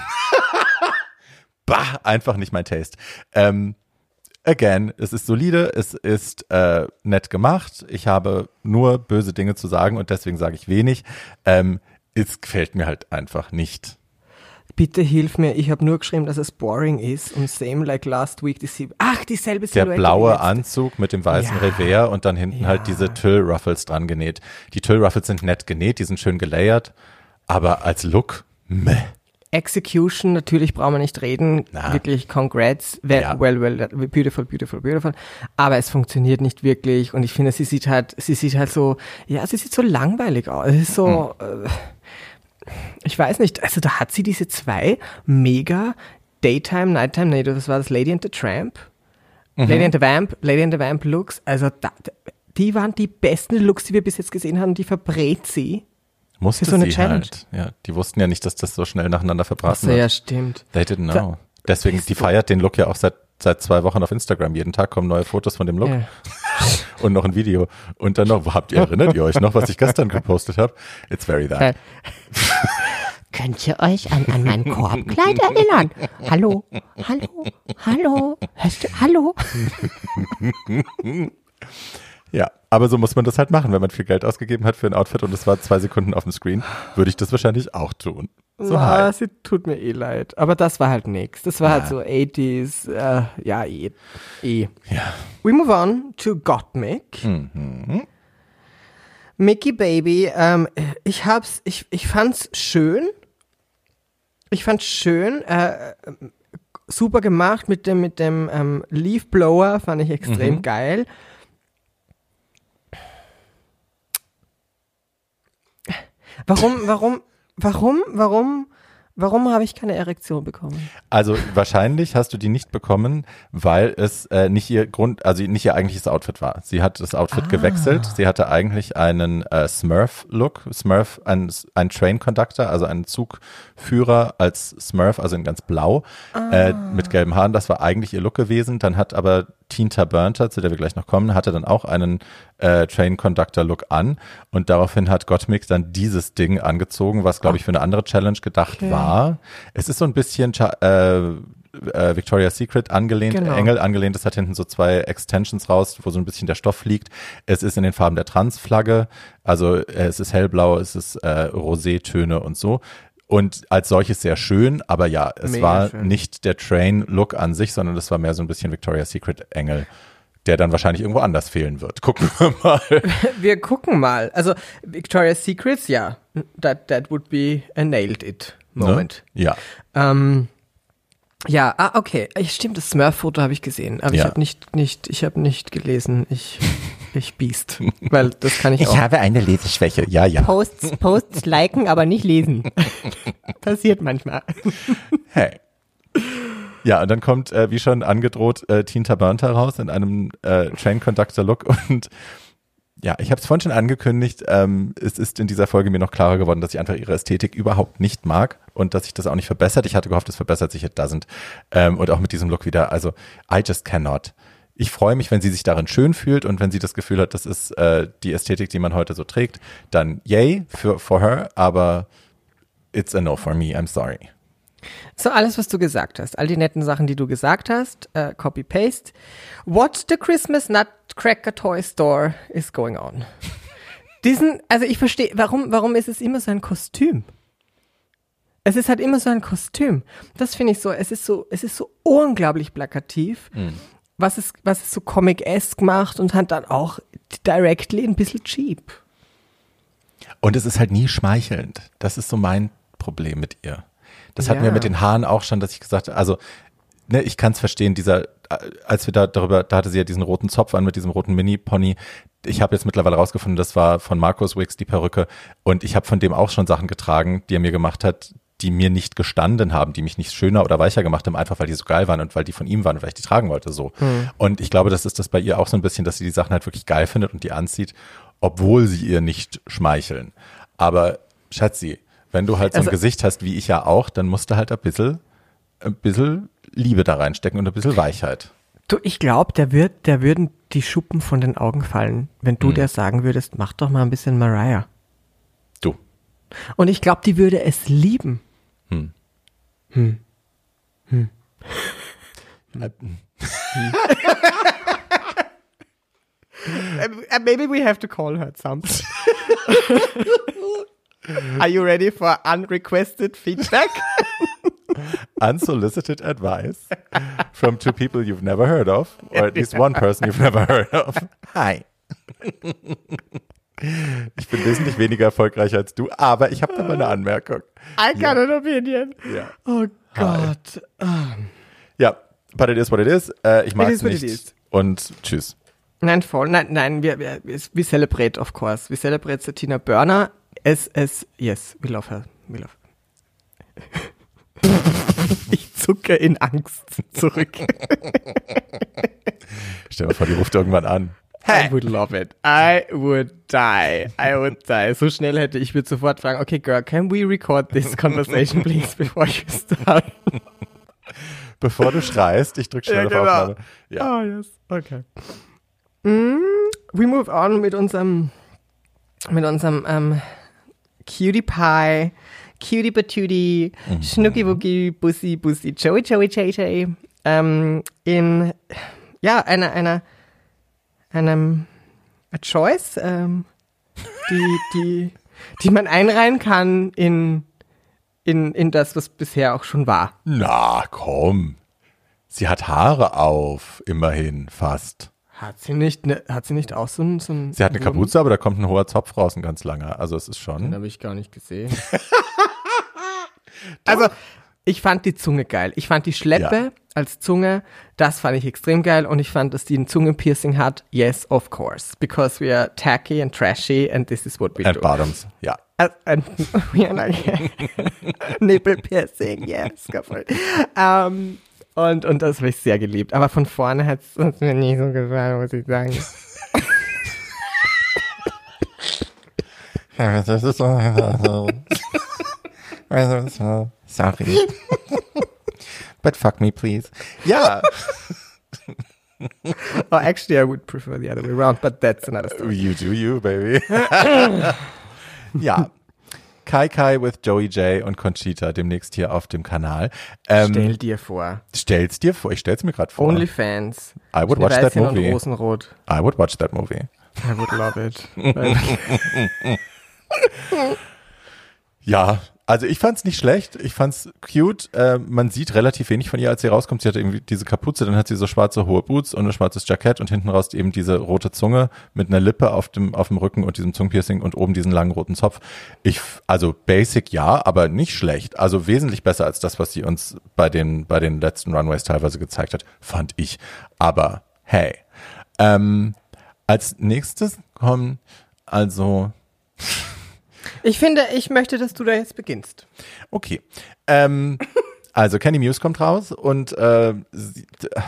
Bah, einfach nicht mein Taste. Ähm, again, es ist solide, es ist äh, nett gemacht. Ich habe nur böse Dinge zu sagen und deswegen sage ich wenig. Ähm, es gefällt mir halt einfach nicht. Bitte hilf mir, ich habe nur geschrieben, dass es boring ist und same like last week. Die Sie- Ach, dieselbe Der Silhouette. blaue wie letzte. Anzug mit dem weißen Ja. Revers und dann hinten Ja. halt diese Tüll-Ruffles dran genäht. Die Tüll-Ruffles sind nett genäht, die sind schön gelayert, aber als Look, meh. Execution, natürlich brauchen wir nicht reden. Na. Wirklich, congrats. Well, Ja. well, well, beautiful, beautiful, beautiful. Aber es funktioniert nicht wirklich und ich finde, sie sieht halt, sie sieht halt so, ja, sie sieht so langweilig aus. Es ist so, Hm. äh, ich weiß nicht, also da hat sie diese zwei mega Daytime, Nighttime, nee, das war das Lady and the Tramp. Mhm. Lady and the Vamp, Lady and the Vamp Looks. Also da, die waren die besten Looks, die wir bis jetzt gesehen haben. Die verbrät sie. Musste Für so eine sie Challenge. halt. Ja, die wussten ja nicht, dass das so schnell nacheinander verbraten Achso, wird. ja, stimmt. They didn't Da- know. Deswegen, bist die du- feiert den Look ja auch seit seit zwei Wochen auf Instagram. Jeden Tag kommen neue Fotos von dem Look Ja. und noch ein Video. Und dann noch, wo habt ihr, erinnert ihr euch noch, was ich gestern gepostet habe? It's very that. Äh, Könnt ihr euch an, an mein Korbkleid erinnern? Hallo? Hallo? Hallo? Hörst du? Hallo? Ja, aber so muss man das halt machen, wenn man viel Geld ausgegeben hat für ein Outfit und es war zwei Sekunden auf dem Screen, würde ich das wahrscheinlich auch tun. So Na, high. sie tut mir eh leid. Aber das war halt nix. Das war Ja. halt so eighties, äh, ja, eh. eh. Ja. We move on to Gottmik. Mhm. Mickey Baby, ähm, ich hab's, ich, ich fand's schön. Ich fand's schön, äh, super gemacht mit dem, mit dem ähm, Leaf Blower, fand ich extrem Mhm. geil. Warum, warum, warum, warum, warum habe ich keine Erektion bekommen? Also wahrscheinlich hast du die nicht bekommen, weil es äh, nicht ihr Grund, also nicht ihr eigentliches Outfit war. Sie hat das Outfit Ah. gewechselt. Sie hatte eigentlich einen äh, Smurf-Look. Smurf, ein, ein Train Conductor, also einen Zugführer als Smurf, also in ganz blau, äh, mit gelben Haaren. Das war eigentlich ihr Look gewesen. Dann hat aber Tinta Burnter, zu der wir gleich noch kommen, hatte dann auch einen äh, Train Conductor Look an. Und daraufhin hat Gottmik dann dieses Ding angezogen, was, glaube ich, für eine andere Challenge gedacht Okay. war. Es ist so ein bisschen Cha- äh, äh, Victoria's Secret angelehnt, Genau. Engel angelehnt. Es hat hinten so zwei Extensions raus, wo so ein bisschen der Stoff liegt. Es ist in den Farben der Transflagge. Also äh, es ist hellblau, es ist äh, Rosétöne und so. Und als solches sehr schön, aber ja, es Mega war schön. nicht der Train-Look an sich, sondern es war mehr so ein bisschen Victoria's Secret-Engel, der dann wahrscheinlich irgendwo anders fehlen wird. Gucken wir mal. Wir gucken mal. Also Victoria's Secrets, ja, that, that would be a nailed it moment. Ne? Ja. Ähm, ja, ah, okay. Ich, stimmt, das Smurf-Foto habe ich gesehen, aber ich Ja. habe nicht, nicht, ich habe nicht gelesen. Ich, ich biest, weil das kann ich, auch. habe eine Leseschwäche. Ja, ja. Posts, Posts liken, aber nicht lesen. Passiert manchmal. Hey. Ja, und dann kommt, äh, wie schon angedroht, äh, Tinta Burnter raus in einem äh, Train Conductor Look und ja, ich habe es vorhin schon angekündigt, ähm, es ist in dieser Folge mir noch klarer geworden, dass ich einfach ihre Ästhetik überhaupt nicht mag und dass sich das auch nicht verbessert. Ich hatte gehofft, es verbessert sich, it doesn't. Ähm, und auch mit diesem Look wieder, also I just cannot. Ich freue mich, wenn sie sich darin schön fühlt und wenn sie das Gefühl hat, das ist äh, die Ästhetik, die man heute so trägt, dann yay für for her, aber it's a no for me, I'm sorry. So, alles, was du gesagt hast, all die netten Sachen, die du gesagt hast, äh, Copy-Paste. What the Christmas Nutcracker Toy Store is going on? Diesen, also ich verstehe, warum, warum ist es immer so ein Kostüm? Es ist halt immer so ein Kostüm. Das finde ich so, es ist so, es ist so unglaublich plakativ, was es, was es so Comic-esque macht und hat dann auch directly ein bisschen cheap. Und es ist halt nie schmeichelnd. Das ist so mein Problem mit ihr. Das hatten Ja. wir mit den Haaren auch schon, dass ich gesagt habe, also ne, ich kann es verstehen, dieser, als wir da darüber, da hatte sie ja diesen roten Zopf an mit diesem roten Mini-Pony. Ich habe jetzt mittlerweile rausgefunden, das war von Marcus Wicks die Perücke und ich habe von dem auch schon Sachen getragen, die er mir gemacht hat, die mir nicht gestanden haben, die mich nicht schöner oder weicher gemacht haben, einfach weil die so geil waren und weil die von ihm waren und weil ich die tragen wollte so. Hm. Und ich glaube, das ist das bei ihr auch so ein bisschen, dass sie die Sachen halt wirklich geil findet und die anzieht, obwohl sie ihr nicht schmeicheln. Aber Schatzi, wenn du halt so ein Also- Gesicht hast, wie ich ja auch, dann musst du halt ein bisschen, ein bisschen Liebe da reinstecken und ein bisschen Weichheit. Du, ich glaube, der wird, der würden die Schuppen von den Augen fallen, wenn du Hm. der sagen würdest, mach doch mal ein bisschen Mariah. Du. Und ich glaube, die würde es lieben. Hm. Hm. Hm. Äh, Uh, maybe we have to call her at some point. Are you ready for unrequested feedback? Unsolicited advice from two people you've never heard of, or at least one person you've never heard of. Hi. Ich bin wesentlich weniger erfolgreich als du, aber ich habe da mal eine Anmerkung. I got an opinion. Ja. Oh Hi. Gott. Ah. Ja, but it is what it is. Äh, ich mag It es is what it nicht. is. Und tschüss. Nein, voll. Nein, nein, wir, wir, we celebrate, of course. We celebrate Satina Burner. Es, es, yes, we love her. We love her. Ich zucke in Angst zurück. Stell dir mal vor, die ruft irgendwann an. I would love it. I would die. I would die. So schnell hätte ich würde sofort fragen, okay, girl, can we record this conversation, please, before you start? Bevor du schreist, ich drück schnell auf Aufnahme. Ja. Oh, yes. Okay. Mm, we move on mit unserem, mit unserem, ähm, Cutie Pie, Cutie Patootie, Mhm. Schnucki Wucki, Bussi Bussi, Joey Joey Jay Jay, ähm, in, ja, einer, einer, einem, a choice, ähm, die, die, die man einreihen kann in, in, in das, was bisher auch schon war. Na, komm. Sie hat Haare auf, immerhin, fast. Hat sie nicht, ne, hat sie nicht auch so ein... So ein Sie hat eine Kapuze, aber da kommt ein hoher Zopf raus, ein ganz langer. Also es ist Den schon... habe ich gar nicht gesehen. Also, ich fand die Zunge geil. Ich fand die Schleppe Ja. als Zunge, das fand ich extrem geil. Und ich fand, dass die ein Zungenpiercing hat. Yes, of course. Because we are tacky and trashy and this is what we And do. bottoms, ja. Uh, and we are like nipple piercing, yes. Um, und, und das habe ich sehr geliebt. Aber von vorne hat es mir nicht so gefallen, muss ich sagen. Sorry. But fuck me, please. Ja. Oh, actually, I would prefer the other way around, but that's another story. You do you, baby. Ja. Kai Kai with Joey J und Conchita demnächst hier auf dem Kanal. Ähm, Stell dir vor. stell's dir vor. Ich stell's mir gerade vor. OnlyFans. I would watch that Schneeweißchen und movie. Rosenrot. I would watch that movie. I would love it. Ja, also ich fand's nicht schlecht. Ich fand's cute. Äh, man sieht relativ wenig von ihr, als sie rauskommt. Sie hat irgendwie diese Kapuze, dann hat sie so schwarze hohe Boots und ein schwarzes Jackett und hinten raus eben diese rote Zunge mit einer Lippe auf dem auf dem Rücken und diesem Zungenpiercing und oben diesen langen roten Zopf. Ich also basic ja, aber nicht schlecht. Also wesentlich besser als das, was sie uns bei den bei den letzten Runways teilweise gezeigt hat, fand ich. Aber hey, ähm, als nächstes kommen also Ich finde, ich möchte, dass du da jetzt beginnst. Okay. Ähm, also Candy Muse kommt raus und äh, sie,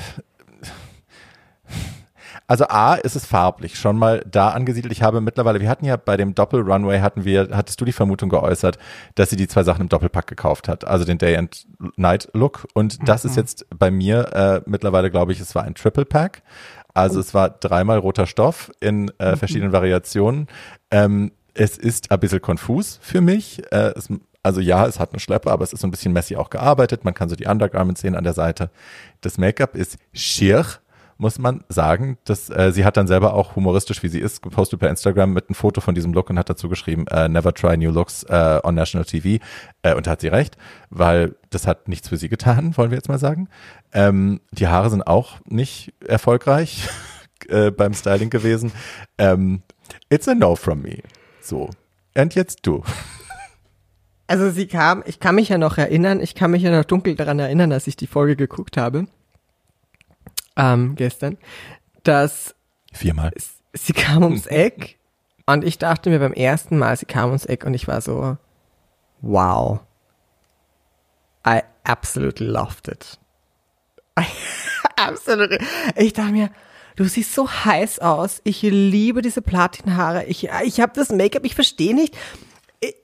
also A, ist es farblich schon mal da angesiedelt. Ich habe mittlerweile, wir hatten ja bei dem Doppel-Runway, hatten wir, hattest du die Vermutung geäußert, dass sie die zwei Sachen im Doppelpack gekauft hat, also den Day and Night Look. Und das ist jetzt bei mir äh, mittlerweile, glaube ich, es war ein Triple-Pack. Also es war dreimal roter Stoff in äh, verschiedenen Variationen. Ähm, Es ist ein bisschen konfus für mich. Äh, es, also ja, es hat eine Schleppe, aber es ist so ein bisschen messy auch gearbeitet. Man kann so die Undergarments sehen an der Seite. Das Make-up ist schier, muss man sagen. Das, äh, sie hat dann selber auch humoristisch, wie sie ist, gepostet per Instagram mit einem Foto von diesem Look und hat dazu geschrieben, äh, never try new looks äh, on national T V. Äh, und da hat sie recht, weil das hat nichts für sie getan, wollen wir jetzt mal sagen. Ähm, die Haare sind auch nicht erfolgreich äh, beim Styling gewesen. Ähm, it's a no from me. So, und jetzt du. Also sie kam, ich kann mich ja noch erinnern, ich kann mich ja noch dunkel daran erinnern, als ich die Folge geguckt habe, ähm, gestern, dass Viermal. sie kam ums Eck und ich dachte mir beim ersten Mal, sie kam ums Eck und ich war so, wow, I absolutely loved it. I absolutely. Ich dachte mir, du siehst so heiß aus. Ich liebe diese Platinhaare. Ich, ich habe das Make-up, ich verstehe nicht. Ich,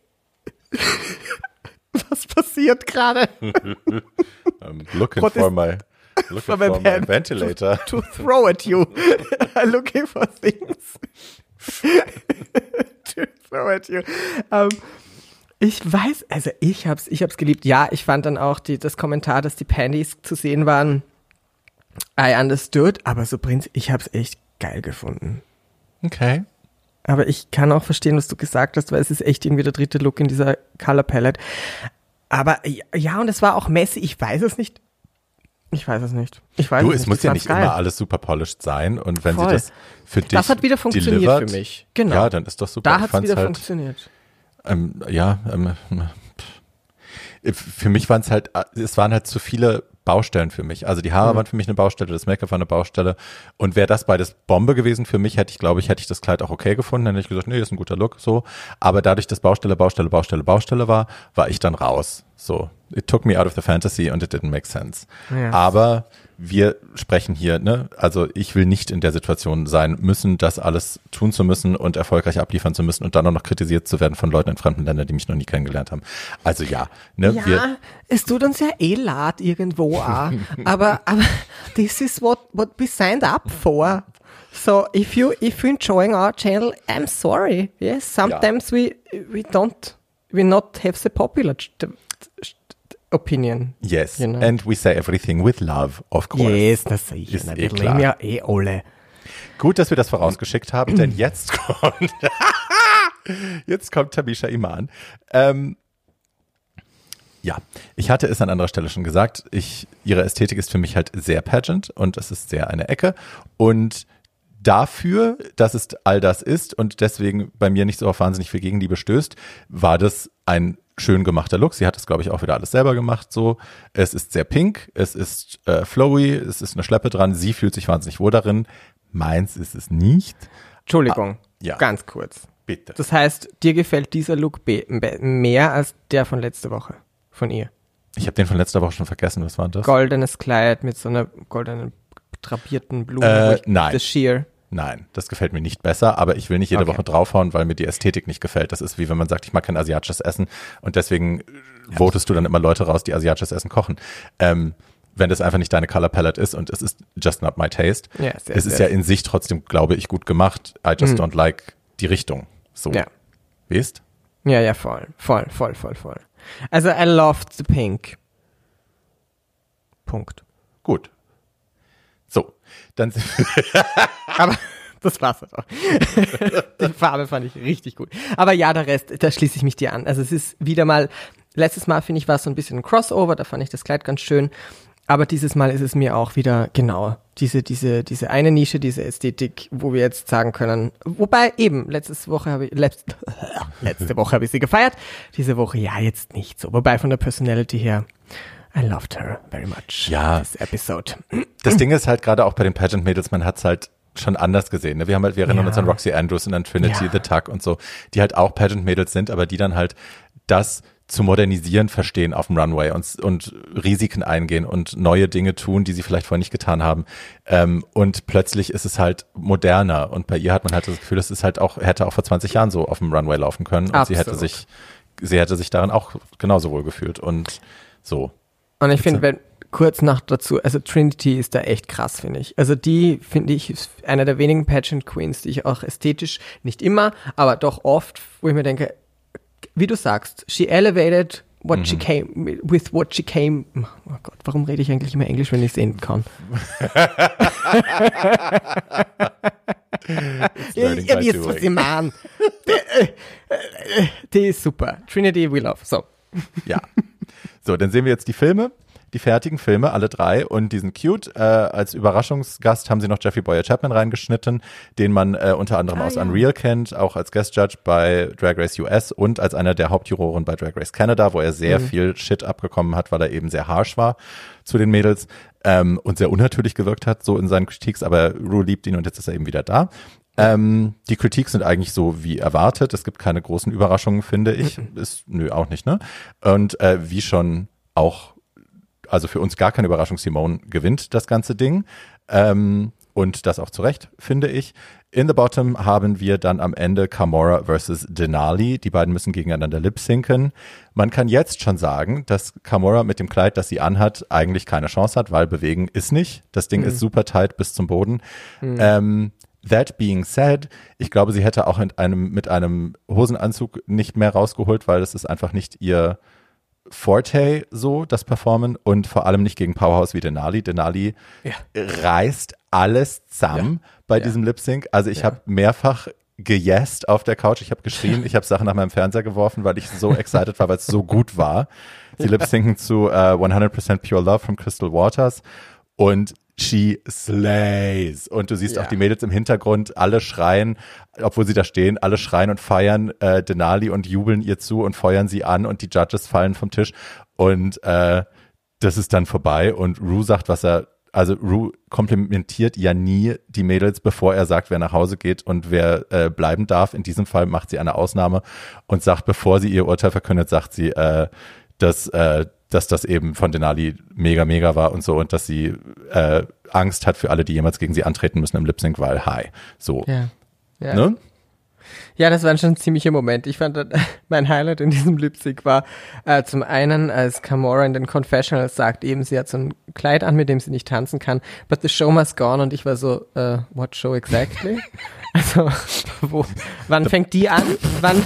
was passiert gerade? I'm looking What for is- my, looking for for my my pen ventilator. To throw at you. I'm looking for things. To throw at you. Um, ich weiß, also ich hab's, ich hab's geliebt. Ja, ich fand dann auch die, das Kommentar, dass die Panties zu sehen waren. I understood, aber so Prinz, ich hab's echt geil gefunden. Okay. Aber ich kann auch verstehen, was du gesagt hast, weil es ist echt irgendwie der dritte Look in dieser Color Palette. Aber ja, und es war auch messy, ich weiß es nicht. Ich weiß es nicht. Ich weiß Du, es es nicht. muss Ich ja fand's nicht geil. immer alles super polished sein und wenn Voll. sie das für dich Das hat wieder funktioniert delivert, für mich. Genau. Ja, dann ist doch super. Da Ich hat's fand's wieder halt, funktioniert. Ähm, ja, ähm, pff. für mich waren es halt, es waren halt zu viele Baustellen für mich. Also die Haare Mhm. waren für mich eine Baustelle, das Make-up war eine Baustelle. Und wäre das beides Bombe gewesen für mich, hätte ich, glaube ich, hätte ich das Kleid auch okay gefunden. Dann hätte ich gesagt, nee, ist ein guter Look, so. Aber dadurch, dass Baustelle, Baustelle, Baustelle, Baustelle war, war ich dann raus. So. It took me out of the fantasy and it didn't make sense. Ja. Aber wir sprechen hier, ne, also ich will nicht in der Situation sein müssen, das alles tun zu müssen und erfolgreich abliefern zu müssen und dann auch noch kritisiert zu werden von Leuten in fremden Ländern, die mich noch nie kennengelernt haben. Also ja, ne, Ja, wir, es tut uns ja eh leid irgendwo auch. aber, aber this is what, what we signed up for. So if you if you're enjoying our channel, I'm sorry. Yes, sometimes we we don't we not have the popular ch- the- ch- opinion. yes, You know? and we say everything with love, of course. Yes, das sicher. Ist Na, eh wir klar. leben ja eh alle. Gut, dass wir das vorausgeschickt haben, denn jetzt kommt, jetzt kommt Tamisha Iman. Ähm, Ja, ich hatte es an anderer Stelle schon gesagt, ich, ihre Ästhetik ist für mich halt sehr pageant und es ist sehr eine Ecke und dafür, dass es all das ist und deswegen bei mir nicht so auf wahnsinnig viel Gegenliebe stößt, war das ein schön gemachter Look. Sie hat es, glaube ich, auch wieder alles selber gemacht so. Es ist sehr pink, es ist äh, flowy, es ist eine Schleppe dran, sie fühlt sich wahnsinnig wohl darin. Meins ist es nicht. Entschuldigung, ah, ja. ganz kurz. Bitte. Das heißt, dir gefällt dieser Look be- be- mehr als der von letzter Woche, von ihr? Ich habe den von letzter Woche schon vergessen, was war das? Goldenes Kleid mit so einer goldenen drapierten Blume. Äh, wo ich, nein. Das Sheer. Nein, das gefällt mir nicht besser, aber ich will nicht jede Okay. Woche draufhauen, weil mir die Ästhetik nicht gefällt. Das ist wie wenn man sagt, ich mag kein asiatisches Essen und deswegen votest du dann immer Leute raus, die asiatisches Essen kochen. Ähm, wenn das einfach nicht deine Color Palette ist und es ist just not my taste. Ja, sehr, es ist sehr. ja in sich trotzdem, glaube ich, gut gemacht. I just don't like die Richtung. So. Ja. Weißt? Ja, ja, voll, voll, voll, voll, voll. Also, I loved the pink. Punkt. Gut. So, dann sind Aber das war's auch. Die Farbe fand ich richtig gut. Aber ja, der Rest, da schließe ich mich dir an. Also es ist wieder mal, letztes Mal finde ich war es so ein bisschen ein Crossover, da fand ich das Kleid ganz schön. Aber dieses Mal ist es mir auch wieder genau diese, diese, diese eine Nische, diese Ästhetik, wo wir jetzt sagen können, wobei eben, letzte Woche habe ich, letzt, letzte Woche habe ich sie gefeiert, diese Woche ja jetzt nicht so. Wobei von der Personality her, I loved her very much. Ja. This episode. das Ding ist halt gerade auch bei den Pageant-Mädels, man hat es halt schon anders gesehen. Ne? Wir haben halt, wir erinnern Ja. uns an Roxy Andrews und an Trinity Ja. the Tuck und so, die halt auch Pageant-Mädels sind, aber die dann halt das zu modernisieren verstehen auf dem Runway und, und Risiken eingehen und neue Dinge tun, die sie vielleicht vorher nicht getan haben. Ähm, und plötzlich ist es halt moderner und bei ihr hat man halt das Gefühl, es ist halt auch, hätte auch vor zwanzig Jahren so auf dem Runway laufen können und Absolut. sie hätte sich, sie hätte sich darin auch genauso wohl gefühlt und so. Und ich finde, wenn kurz nach dazu, also Trinity ist da echt krass, finde ich. Also die, finde ich, ist einer der wenigen Pageant Queens, die ich auch ästhetisch, nicht immer, aber doch oft, wo ich mir denke, wie du sagst, she elevated what Mhm. she came, with what she came. Oh Gott, warum rede ich eigentlich immer Englisch, wenn ich sehen kann? learning Ihr by wisst, was doing. ich meine. Die, äh, die ist super. Trinity we love. So. Ja. So, dann sehen wir jetzt die Filme, die fertigen Filme, alle drei, und die sind cute. Äh, als Überraschungsgast haben sie noch Jeffrey Boyer Chapman reingeschnitten, den man äh, unter anderem Ah, aus ja. Unreal kennt, auch als Guest Judge bei Drag Race U S und als einer der Hauptjuroren bei Drag Race Canada, wo er sehr Mhm. viel Shit abgekommen hat, weil er eben sehr harsh war zu den Mädels ähm, und sehr unnatürlich gewirkt hat, so in seinen Critiques, aber Ru liebt ihn und jetzt ist er eben wieder da. Ähm, die Critiques sind eigentlich so wie erwartet. Es gibt keine großen Überraschungen, finde ich. Ist, nö, auch nicht, ne? Und äh, wie schon auch, also für uns gar keine Überraschung, Simone gewinnt das ganze Ding. Ähm, und das auch zu Recht, finde ich. In the Bottom haben wir dann am Ende Kamora versus Denali. Die beiden müssen gegeneinander lip-synken. Man kann jetzt schon sagen, dass Kamora mit dem Kleid, das sie anhat, eigentlich keine Chance hat, weil bewegen ist nicht. Das Ding ist super tight bis zum Boden. Ähm, That being said, ich glaube, sie hätte auch in einem, mit einem Hosenanzug nicht mehr rausgeholt, weil das ist einfach nicht ihr Forte, so, das Performen, und vor allem nicht gegen Powerhouse wie Denali. Denali Ja. reißt alles zusammen bei Ja. diesem Lip-Sync. Also ich Ja. habe mehrfach gejest auf der Couch, ich habe geschrien, ich habe Sachen nach meinem Fernseher geworfen, weil ich so excited war, weil es so gut war. Sie lip-synken zu uh, hundert Prozent Pure Love von Crystal Waters und she slays. Und du siehst Ja. auch die Mädels im Hintergrund, alle schreien, obwohl sie da stehen, alle schreien und feiern äh, Denali und jubeln ihr zu und feuern sie an und die Judges fallen vom Tisch und äh, das ist dann vorbei und Ru sagt, was er, also Ru komplimentiert ja nie die Mädels, bevor er sagt, wer nach Hause geht und wer äh, bleiben darf. In diesem Fall macht sie eine Ausnahme und sagt, bevor sie ihr Urteil verkündet, sagt sie, äh, dass äh, dass das eben von Denali mega, mega war und so und dass sie äh, Angst hat für alle, die jemals gegen sie antreten müssen im Lip-Sync, weil hi. So. Ja. Ja. Ne? Ja, das war schon ein ziemlicher Moment. Ich fand, mein Highlight in diesem Lip-Sync war äh, zum einen, als Kamora in den Confessionals sagt, eben sie hat so ein Kleid an, mit dem sie nicht tanzen kann, but the show must go on, und ich war so, äh, what show exactly? Also, wo, wann fängt die an? Wann?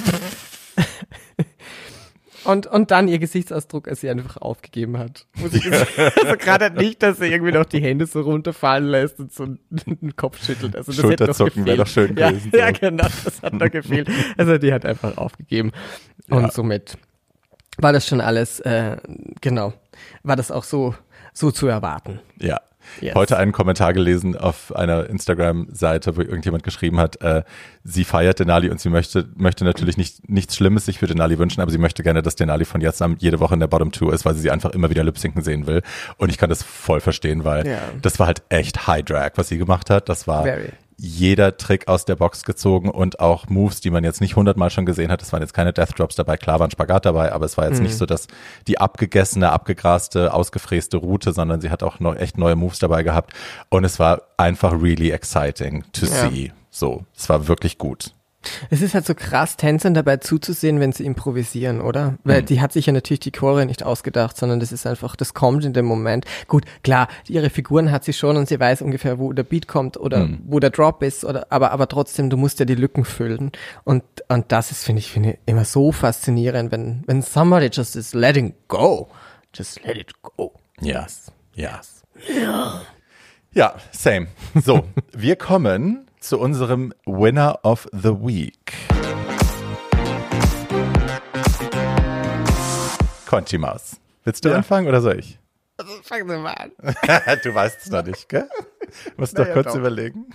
Und, und dann ihr Gesichtsausdruck, als sie einfach aufgegeben hat. Muss ich also gerade nicht, dass sie irgendwie noch die Hände so runterfallen lässt und so den Kopf schüttelt. Also das hätte noch Schulterzucken wäre gefehlt. doch schön ja, gewesen. Ja, so. genau, das hat noch gefehlt. Also die hat einfach aufgegeben. Und Ja. somit war das schon alles, äh, genau, war das auch so, so zu erwarten. Ja. Yes. Heute einen Kommentar gelesen auf einer Instagram-Seite, wo irgendjemand geschrieben hat, äh, sie feiert Denali und sie möchte möchte natürlich nicht nichts Schlimmes sich für Denali wünschen, aber sie möchte gerne, dass Denali von jetzt an jede Woche in der Bottom Two ist, weil sie sie einfach immer wieder lip-sinken sehen will. Und ich kann das voll verstehen, weil ja. das war halt echt High Drag, was sie gemacht hat. Das war Very. jeder Trick aus der Box gezogen und auch Moves, die man jetzt nicht hundertmal schon gesehen hat. Es waren jetzt keine Death Drops dabei, klar war ein Spagat dabei, aber es war jetzt mhm. nicht so, dass die abgegessene, abgegraste, ausgefräste Route, sondern sie hat auch noch echt neue Moves dabei gehabt und es war einfach really exciting to ja. see. So, es war wirklich gut. Es ist halt so krass, Tänzern dabei zuzusehen, wenn sie improvisieren, oder? Weil mhm. die hat sich ja natürlich die Chore nicht ausgedacht, sondern das ist einfach, das kommt in dem Moment. Gut, klar, ihre Figuren hat sie schon und sie weiß ungefähr, wo der Beat kommt oder mhm. wo der Drop ist, oder, aber, aber trotzdem, du musst ja die Lücken füllen. Und, und das ist, finde ich, finde ich immer so faszinierend, wenn, wenn somebody just is letting go. Just let it go. Ja, ja. Ja, ja same. So, wir kommen zu unserem Winner of the Week. Conchi Maus. Willst du ja. anfangen oder soll ich? Also fangen Sie mal an. Du weißt es noch nicht, gell? Musst doch naja, kurz doch. überlegen.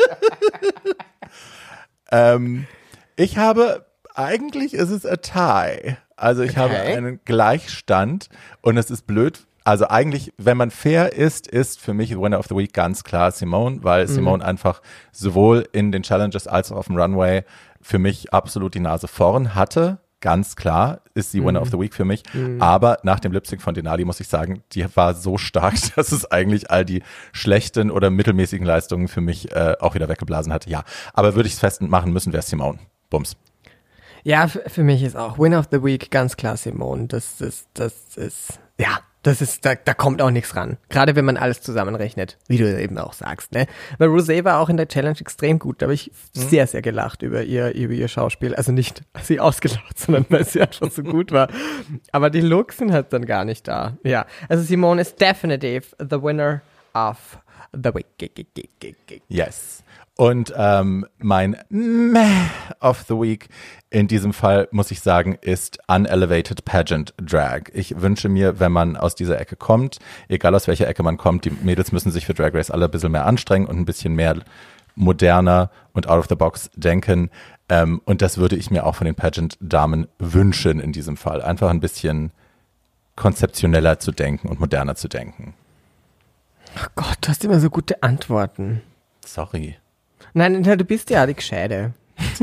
ähm, ich habe, eigentlich ist es a tie. Also ich okay. habe einen Gleichstand und es ist blöd. Also eigentlich, wenn man fair ist, ist für mich Winner of the Week ganz klar Simone, weil mhm. Simone einfach sowohl in den Challenges als auch auf dem Runway für mich absolut die Nase vorn hatte. Ganz klar ist sie Winner mhm. of the Week für mich. Mhm. Aber nach dem Lip-Sync von Denali muss ich sagen, die war so stark, dass es eigentlich all die schlechten oder mittelmäßigen Leistungen für mich äh, auch wieder weggeblasen hat. Ja, aber würde ich es festmachen müssen, wäre es Simone. Bums. Ja, f- für mich ist auch Winner of the Week ganz klar Simone. Das, das, das ist, ja. Das ist, da, da kommt auch nichts ran. Gerade wenn man alles zusammenrechnet, wie du eben auch sagst, ne? Weil Rosé war auch in der Challenge extrem gut. Da habe ich mhm. sehr, sehr gelacht über ihr, über ihr Schauspiel. Also nicht sie ausgelacht, sondern weil sie einfach so gut war. Aber die Looks sind halt dann gar nicht da. Ja, also Simone ist definitive the winner of the week. Yes. Und ähm, mein Meh of the Week in diesem Fall, muss ich sagen, ist Unelevated Pageant Drag. Ich wünsche mir, wenn man aus dieser Ecke kommt, egal aus welcher Ecke man kommt, die Mädels müssen sich für Drag Race alle ein bisschen mehr anstrengen und ein bisschen mehr moderner und out of the box denken. Ähm, und das würde ich mir auch von den Pageant-Damen wünschen in diesem Fall. Einfach ein bisschen konzeptioneller zu denken und moderner zu denken. Oh Gott, du hast immer so gute Antworten. Sorry. Nein, du bist ja die Gescheite.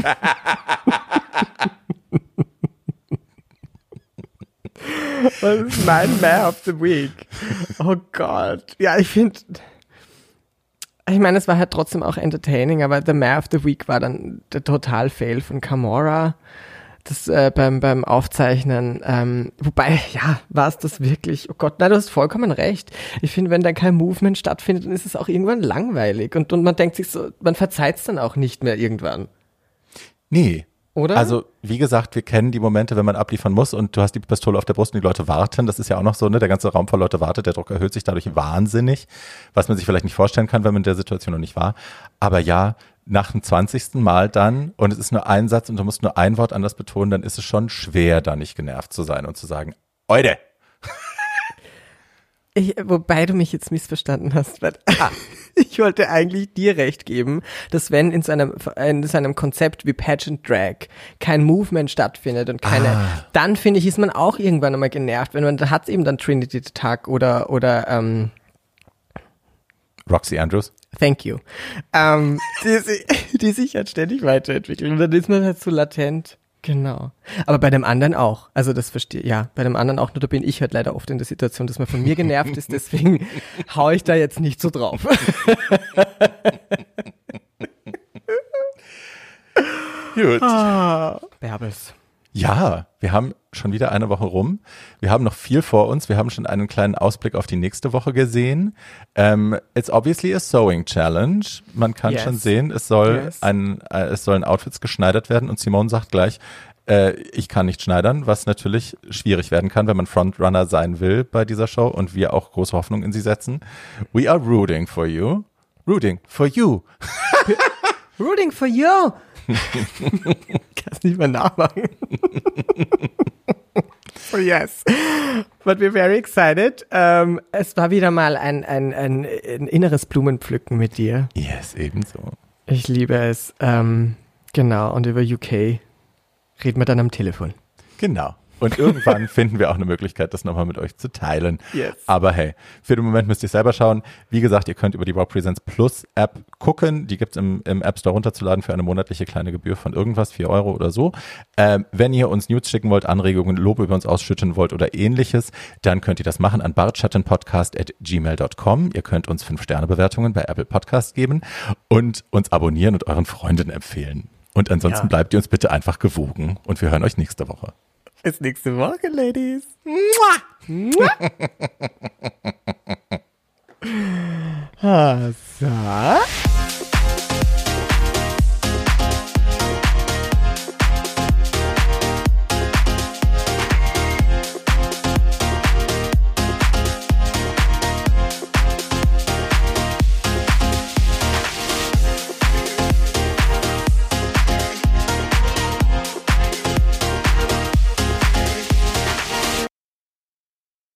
Was ist mein Man of the Week? Oh Gott. Ja, ich finde, ich meine, es war halt trotzdem auch entertaining, aber der Man of the Week war dann der Total-Fail von Kamora. Das äh, beim, beim Aufzeichnen, ähm, wobei, ja, war es das wirklich? Oh Gott, nein, du hast vollkommen recht. Ich finde, wenn da kein Movement stattfindet, dann ist es auch irgendwann langweilig und, und man denkt sich so, man verzeiht es dann auch nicht mehr irgendwann. Nee. Oder? Also, wie gesagt, wir kennen die Momente, wenn man abliefern muss und du hast die Pistole auf der Brust und die Leute warten. Das ist ja auch noch so, ne? Der ganze Raum voll Leute wartet, der Druck erhöht sich dadurch wahnsinnig, was man sich vielleicht nicht vorstellen kann, wenn man in der Situation noch nicht war. Aber ja, nach dem zwanzigsten Mal dann und es ist nur ein Satz und du musst nur ein Wort anders betonen, dann ist es schon schwer, da nicht genervt zu sein und zu sagen, Oide! Ich, wobei du mich jetzt missverstanden hast, weil ah, ich wollte eigentlich dir recht geben, dass wenn in seinem, in seinem Konzept wie Pageant Drag kein Movement stattfindet und keine, ah. dann finde ich, ist man auch irgendwann einmal genervt, wenn man, da hat es eben dann Trinity the Tuck oder, oder, ähm, Roxy Andrews. Thank you. Ähm, die, die sich halt ständig weiterentwickeln und dann ist man halt so latent. Genau. Aber bei dem anderen auch. Also das verstehe ja, bei dem anderen auch, nur da bin ich halt leider oft in der Situation, dass man von mir genervt ist, deswegen hau ich da jetzt nicht so drauf. Gut. Ah, Bärbels. Ja, wir haben schon wieder eine Woche rum. Wir haben noch viel vor uns. Wir haben schon einen kleinen Ausblick auf die nächste Woche gesehen. Um, it's obviously a sewing challenge. Man kann yes. schon sehen, es soll yes. ein, äh, es sollen Outfits geschneidert werden und Simone sagt gleich, äh, ich kann nicht schneidern, was natürlich schwierig werden kann, wenn man Frontrunner sein will bei dieser Show und wir auch große Hoffnung in sie setzen. We are rooting for you. Rooting for you. Rooting for you. Ich kann es nicht mehr nachmachen. So yes. But we're very excited. Um, es war wieder mal ein, ein, ein, ein inneres Blumenpflücken mit dir. Yes, ebenso. Ich liebe es. Ähm, genau, und über U K reden wir dann am Telefon. Genau. Und irgendwann finden wir auch eine Möglichkeit, das nochmal mit euch zu teilen. Yes. Aber hey, für den Moment müsst ihr selber schauen. Wie gesagt, ihr könnt über die Wow Presents Plus App gucken. Die gibt's im, im App Store runterzuladen für eine monatliche kleine Gebühr von irgendwas, vier Euro oder so. Ähm, wenn ihr uns News schicken wollt, Anregungen, Lob über uns ausschütten wollt oder ähnliches, dann könnt ihr das machen an bartschattenpodcast at gmail dot com. Ihr könnt uns fünf Sterne Bewertungen bei Apple Podcast geben und uns abonnieren und euren Freunden empfehlen. Und ansonsten Ja. bleibt ihr uns bitte einfach gewogen und wir hören euch nächste Woche. Bis nächste Woche, Ladies. Mua. Mua. Ah, so.